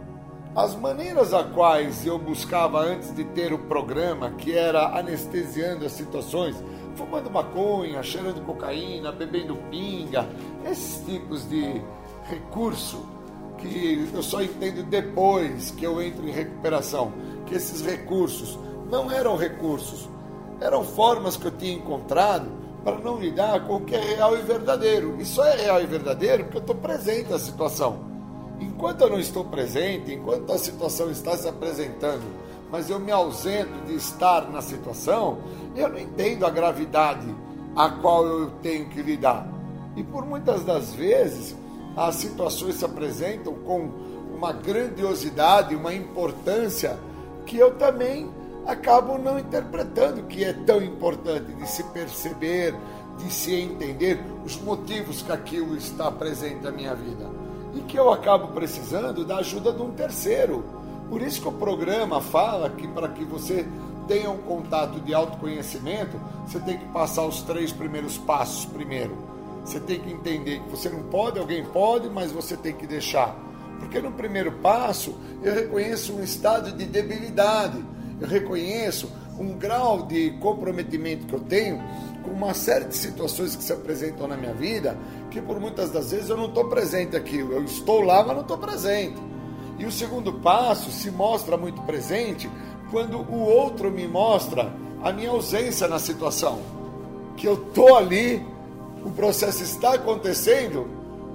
As maneiras a quais eu buscava antes de ter o programa, que era anestesiando as situações, fumando maconha, cheirando cocaína, bebendo pinga, esses tipos de recurso que eu só entendo depois que eu entro em recuperação, que esses recursos não eram recursos, eram formas que eu tinha encontrado para não lidar com o que é real e verdadeiro. E só é real e verdadeiro porque eu estou presente na situação. Enquanto eu não estou presente, enquanto a situação está se apresentando, mas eu me ausento de estar na situação, eu não entendo a gravidade a qual eu tenho que lidar. E por muitas das vezes, as situações se apresentam com uma grandiosidade, uma importância, que eu também acabo não interpretando que é tão importante de se perceber, de se entender os motivos que aquilo está presente na minha vida. E que eu acabo precisando da ajuda de um terceiro. Por isso que o programa fala que para que você tenha um contato de autoconhecimento, você tem que passar os três primeiros passos primeiro. Você tem que entender que você não pode, alguém pode, mas você tem que deixar. Porque no primeiro passo, eu reconheço um estado de debilidade, eu reconheço um grau de comprometimento que eu tenho com uma série de situações que se apresentam na minha vida, que por muitas das vezes eu não estou presente aquilo, eu estou lá, mas não estou presente. E o segundo passo se mostra muito presente quando o outro me mostra a minha ausência na situação, que eu estou ali, o processo está acontecendo,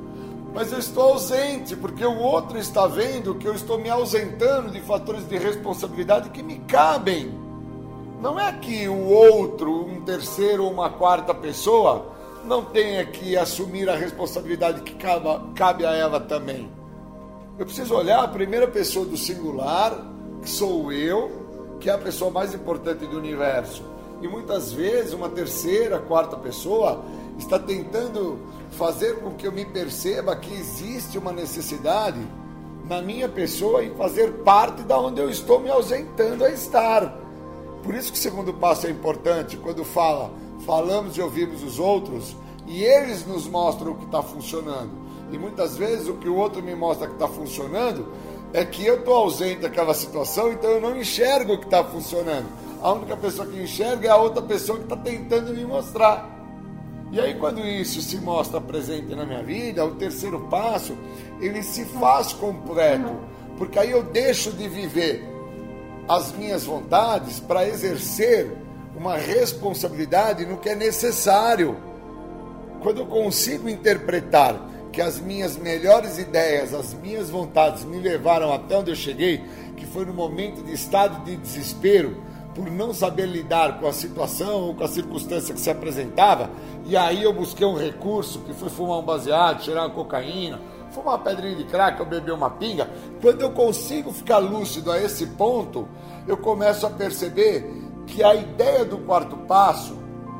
mas eu estou ausente, porque o outro está vendo que eu estou me ausentando de fatores de responsabilidade que me cabem. Não é que o outro, um terceiro ou uma quarta pessoa, não tenha que assumir a responsabilidade que cabe a ela também. Eu preciso olhar a primeira pessoa do singular, que sou eu, que é a pessoa mais importante do universo. E muitas vezes uma terceira, quarta pessoa está tentando fazer com que eu me perceba que existe uma necessidade na minha pessoa em fazer parte da onde eu estou me ausentando a estar. Por isso que o segundo passo é importante, quando fala, falamos e ouvimos os outros, e eles nos mostram o que está funcionando. E muitas vezes o que o outro me mostra que está funcionando é que eu estou ausente daquela situação, então eu não enxergo o que está funcionando. A única pessoa que enxerga é a outra pessoa que está tentando me mostrar. E aí quando isso se mostra presente na minha vida, o terceiro passo, ele se faz completo, porque aí eu deixo de viver as minhas vontades para exercer uma responsabilidade no que é necessário. Quando eu consigo interpretar que as minhas melhores ideias, as minhas vontades me levaram até onde eu cheguei, que foi no momento de estado de desespero, por não saber lidar com a situação ou com a circunstância que se apresentava, e aí eu busquei um recurso, que foi fumar um baseado, cheirar uma cocaína, fumar uma pedrinha de crack, ou beber uma pinga. Quando eu consigo ficar lúcido a esse ponto, eu começo a perceber que a ideia do quarto passo,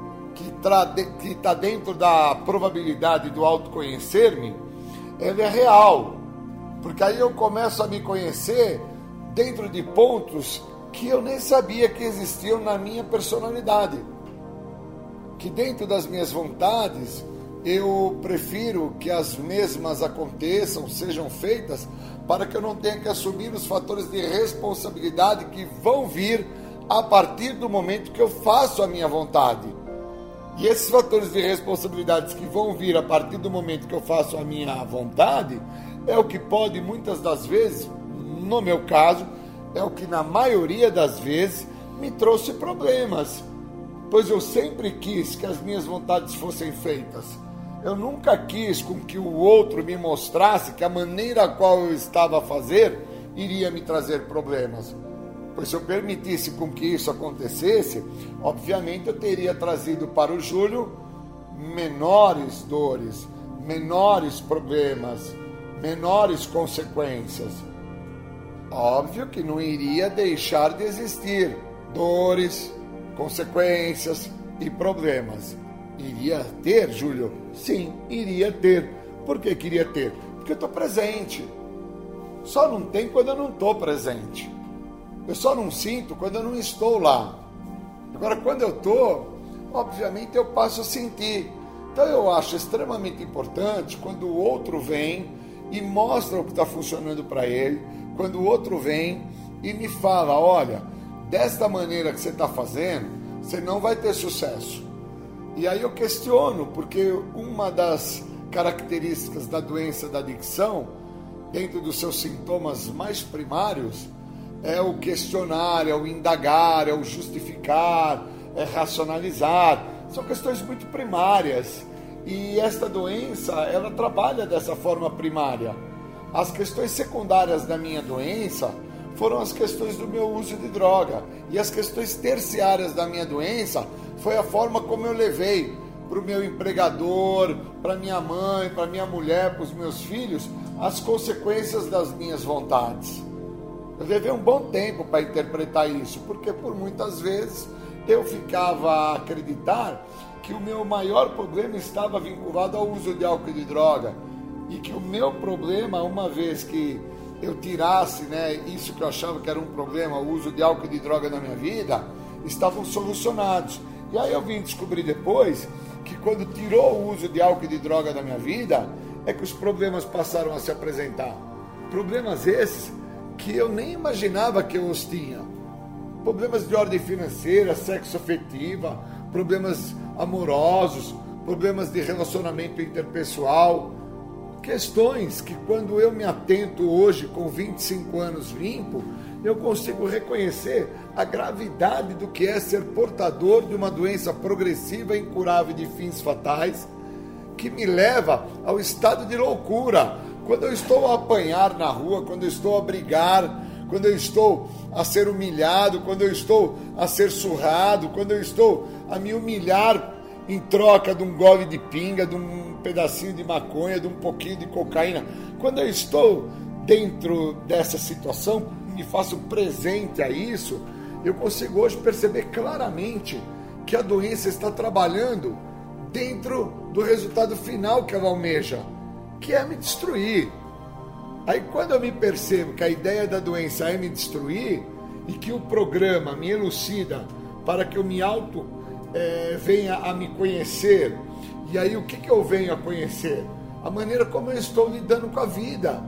que está dentro da probabilidade do autoconhecer-me, ela é real, porque aí eu começo a me conhecer dentro de pontos que eu nem sabia que existiam na minha personalidade, que dentro das minhas vontades eu prefiro que as mesmas aconteçam, sejam feitas, para que eu não tenha que assumir os fatores de responsabilidade que vão vir a partir do momento que eu faço a minha vontade. E esses fatores de responsabilidades que vão vir a partir do momento que eu faço a minha vontade, é o que pode muitas das vezes, no meu caso, é o que na maioria das vezes me trouxe problemas, pois eu sempre quis que as minhas vontades fossem feitas. Eu nunca quis com que o outro me mostrasse que a maneira a qual eu estava a fazer iria me trazer problemas. Pois se eu permitisse com que isso acontecesse, obviamente eu teria trazido para o Júlio menores dores, menores problemas, menores consequências. Óbvio que não iria deixar de existir dores, consequências e problemas. Iria ter, Júlio? Sim, iria ter. Por que queria ter? Porque eu estou presente. Só não tem quando eu não estou presente. Eu só não sinto quando eu não estou lá. Agora, quando eu estou, obviamente eu passo a sentir. Então eu acho extremamente importante quando o outro vem e mostra o que está funcionando para ele, quando o outro vem e me fala, olha, desta maneira que você está fazendo, você não vai ter sucesso. E aí eu questiono, porque uma das características da doença da adicção, dentro dos seus sintomas mais primários, é o questionar, é o indagar, é o justificar, é racionalizar. São questões muito primárias. E esta doença, ela trabalha dessa forma primária. As questões secundárias da minha doença foram as questões do meu uso de droga. E as questões terciárias da minha doença foi a forma como eu levei para o meu empregador, para minha mãe, para minha mulher, para os meus filhos, as consequências das minhas vontades. Eu levei um bom tempo para interpretar isso, porque por muitas vezes eu ficava a acreditar que o meu maior problema estava vinculado ao uso de álcool e de droga, e que o meu problema, uma vez que eu tirasse, né, isso que eu achava que era um problema, o uso de álcool e de droga na minha vida, estavam solucionados. E aí eu vim descobrir depois que quando tirou o uso de álcool e de droga da minha vida, é que os problemas passaram a se apresentar. Problemas esses que eu nem imaginava que eu os tinha. Problemas de ordem financeira, sexo afetiva, problemas amorosos, problemas de relacionamento interpessoal, questões que quando eu me atento hoje com vinte e cinco anos limpo, eu consigo reconhecer a gravidade do que é ser portador de uma doença progressiva, incurável de fins fatais, que me leva ao estado de loucura. Quando eu estou a apanhar na rua, quando eu estou a brigar, quando eu estou a ser humilhado, quando eu estou a ser surrado, quando eu estou a me humilhar em troca de um gole de pinga, de um pedacinho de maconha, de um pouquinho de cocaína, quando eu estou dentro dessa situação, me faço presente a isso, eu consigo hoje perceber claramente que a doença está trabalhando dentro do resultado final que ela almeja, que é me destruir. Aí quando eu me percebo que a ideia da doença é me destruir e que o programa me elucida para que eu me auto é, venha a me conhecer, e aí o que, que eu venho a conhecer? A maneira como eu estou lidando com a vida.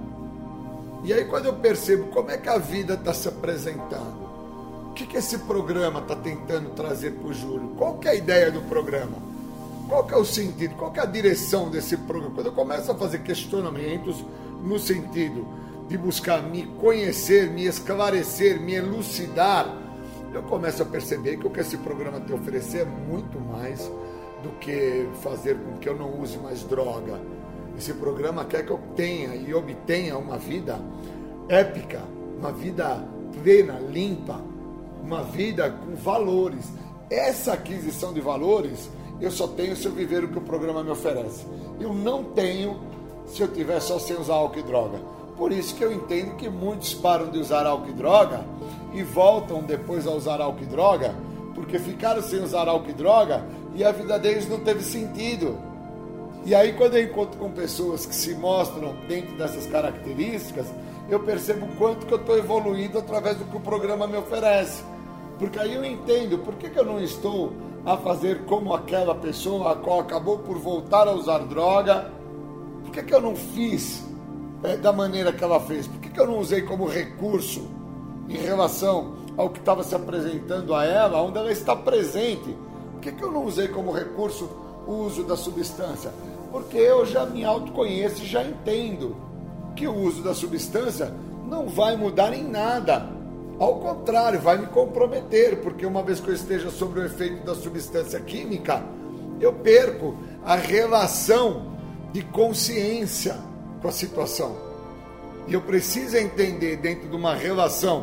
E aí quando eu percebo como é que a vida está se apresentando, o que, que esse programa está tentando trazer para o Júlio, qual que é a ideia do programa? Qual que é o sentido? Qual que é a direção desse programa? Quando eu começo a fazer questionamentos no sentido de buscar me conhecer, me esclarecer, me elucidar, eu começo a perceber que o que esse programa tem a oferecer é muito mais do que fazer com que eu não use mais droga. Esse programa quer que eu tenha e obtenha uma vida épica, uma vida plena, limpa, uma vida com valores. Essa aquisição de valores eu só tenho se eu viver o que o programa me oferece. Eu não tenho se eu tiver só sem usar álcool e droga. Por isso que eu entendo que muitos param de usar álcool e droga e voltam depois a usar álcool e droga, porque ficaram sem usar álcool e droga e a vida deles não teve sentido. E aí quando eu encontro com pessoas que se mostram dentro dessas características, eu percebo o quanto que eu estou evoluindo através do que o programa me oferece. Porque aí eu entendo por que, que eu não estou a fazer como aquela pessoa a qual acabou por voltar a usar droga. Por que, que eu não fiz é, da maneira que ela fez? Por que, que eu não usei como recurso em relação ao que estava se apresentando a ela, onde ela está presente? Por que, que eu não usei como recurso o uso da substância? Porque eu já me autoconheço e já entendo que o uso da substância não vai mudar em nada. Ao contrário, vai me comprometer, porque uma vez que eu esteja sob o efeito da substância química, eu perco a relação de consciência com a situação. E eu preciso entender dentro de uma relação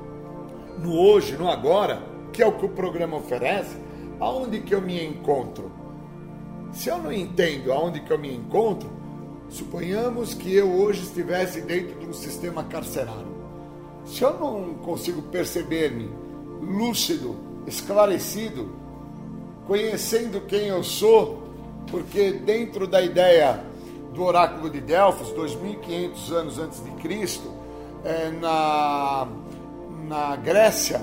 no hoje, no agora, que é o que o programa oferece, aonde que eu me encontro. Se eu não entendo aonde que eu me encontro, suponhamos que eu hoje estivesse dentro de um sistema carcerário. Se eu não consigo perceber-me lúcido, esclarecido, conhecendo quem eu sou, porque dentro da ideia do oráculo de Delfos, dois mil e quinhentos anos antes de Cristo, é, na, na Grécia,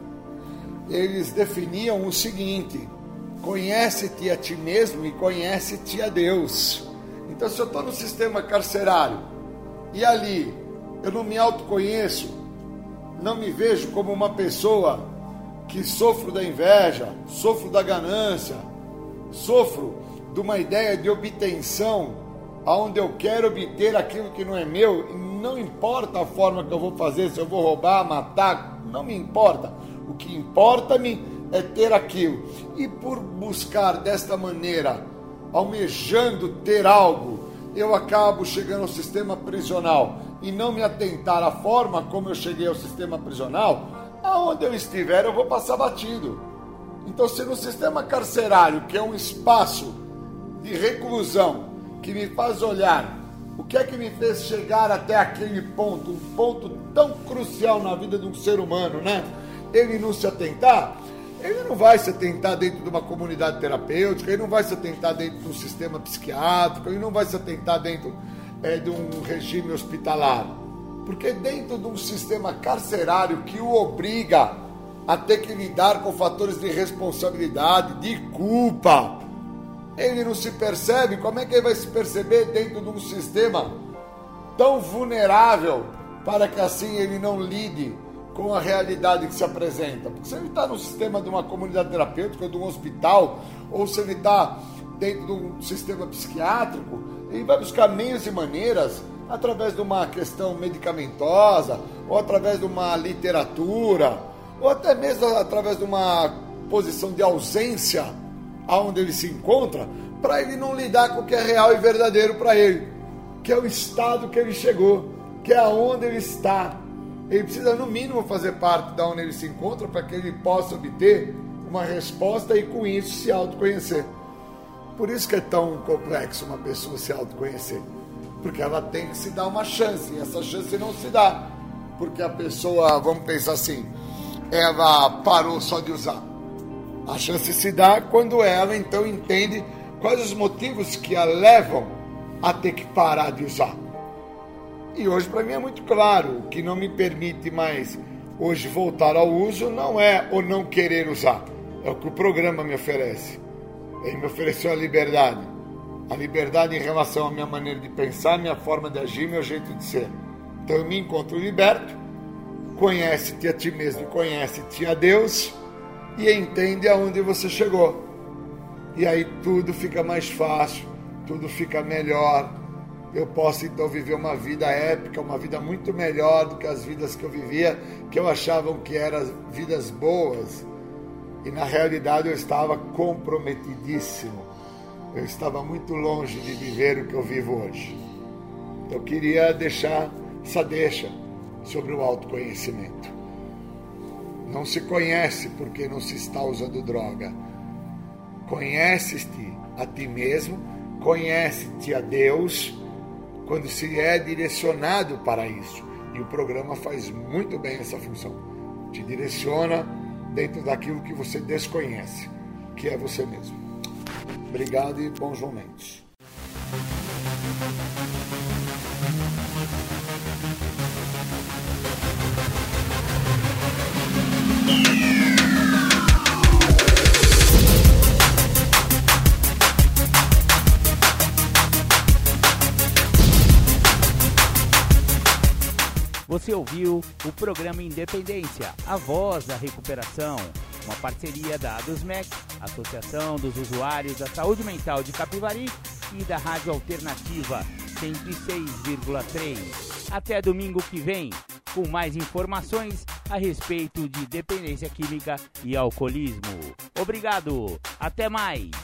eles definiam o seguinte: conhece-te a ti mesmo e conhece-te a Deus. Então, se eu estou no sistema carcerário e ali eu não me autoconheço, não me vejo como uma pessoa que sofro da inveja, sofro da ganância, sofro de uma ideia de obtenção, onde eu quero obter aquilo que não é meu, e não importa a forma que eu vou fazer, se eu vou roubar, matar, não me importa. O que importa-me é ter aquilo. E por buscar desta maneira, almejando ter algo, eu acabo chegando ao sistema prisional e não me atentar à forma como eu cheguei ao sistema prisional, aonde eu estiver eu vou passar batido. Então, se no sistema carcerário, que é um espaço de reclusão, que me faz olhar o que é que me fez chegar até aquele ponto, um ponto tão crucial na vida de um ser humano, né? Ele não se atentar, ele não vai se atentar dentro de uma comunidade terapêutica, ele não vai se atentar dentro de um sistema psiquiátrico, ele não vai se atentar dentro é, de um regime hospitalar. Porque dentro de um sistema carcerário que o obriga a ter que lidar com fatores de responsabilidade, de culpa, ele não se percebe. Como é que ele vai se perceber dentro de um sistema tão vulnerável para que assim ele não lide com a realidade que se apresenta? Porque se ele está no sistema de uma comunidade terapêutica, de um hospital, ou se ele está dentro de um sistema psiquiátrico, ele vai buscar meios e maneiras, através de uma questão medicamentosa, ou através de uma literatura, ou até mesmo através de uma posição de ausência aonde ele se encontra, para ele não lidar com o que é real e verdadeiro para ele, que é o estado que ele chegou, que é aonde ele está. Ele precisa, no mínimo, fazer parte da onde ele se encontra para que ele possa obter uma resposta e, com isso, se autoconhecer. Por isso que é tão complexo uma pessoa se autoconhecer, porque ela tem que se dar uma chance, e essa chance não se dá, porque a pessoa, vamos pensar assim, ela parou só de usar. A chance se dá quando ela, então, entende quais os motivos que a levam a ter que parar de usar. E hoje, para mim, é muito claro, o que não me permite mais hoje voltar ao uso não é o não querer usar, é o que o programa me oferece. Ele me ofereceu a liberdade. A liberdade em relação à minha maneira de pensar, minha forma de agir, meu jeito de ser. Então eu me encontro liberto, conhece-te a ti mesmo, conhece-te a Deus, e entende aonde você chegou. E aí tudo fica mais fácil, tudo fica melhor. Eu posso então viver uma vida épica, uma vida muito melhor do que as vidas que eu vivia, que eu achava que eram vidas boas. E na realidade eu estava comprometidíssimo. Eu estava muito longe de viver o que eu vivo hoje. Eu queria deixar essa deixa sobre o autoconhecimento. Não se conhece porque não se está usando droga. Conheces-te a ti mesmo, conhece-te a Deus, quando se é direcionado para isso. E o programa faz muito bem essa função. Te direciona dentro daquilo que você desconhece, que é você mesmo. Obrigado e bons momentos. Você ouviu o programa Independência, a voz da recuperação, uma parceria da ADUSMEC, Associação dos Usuários da Saúde Mental de Capivari, e da Rádio Alternativa cento e seis vírgula três. Até domingo que vem, com mais informações a respeito de dependência química e alcoolismo. Obrigado, até mais!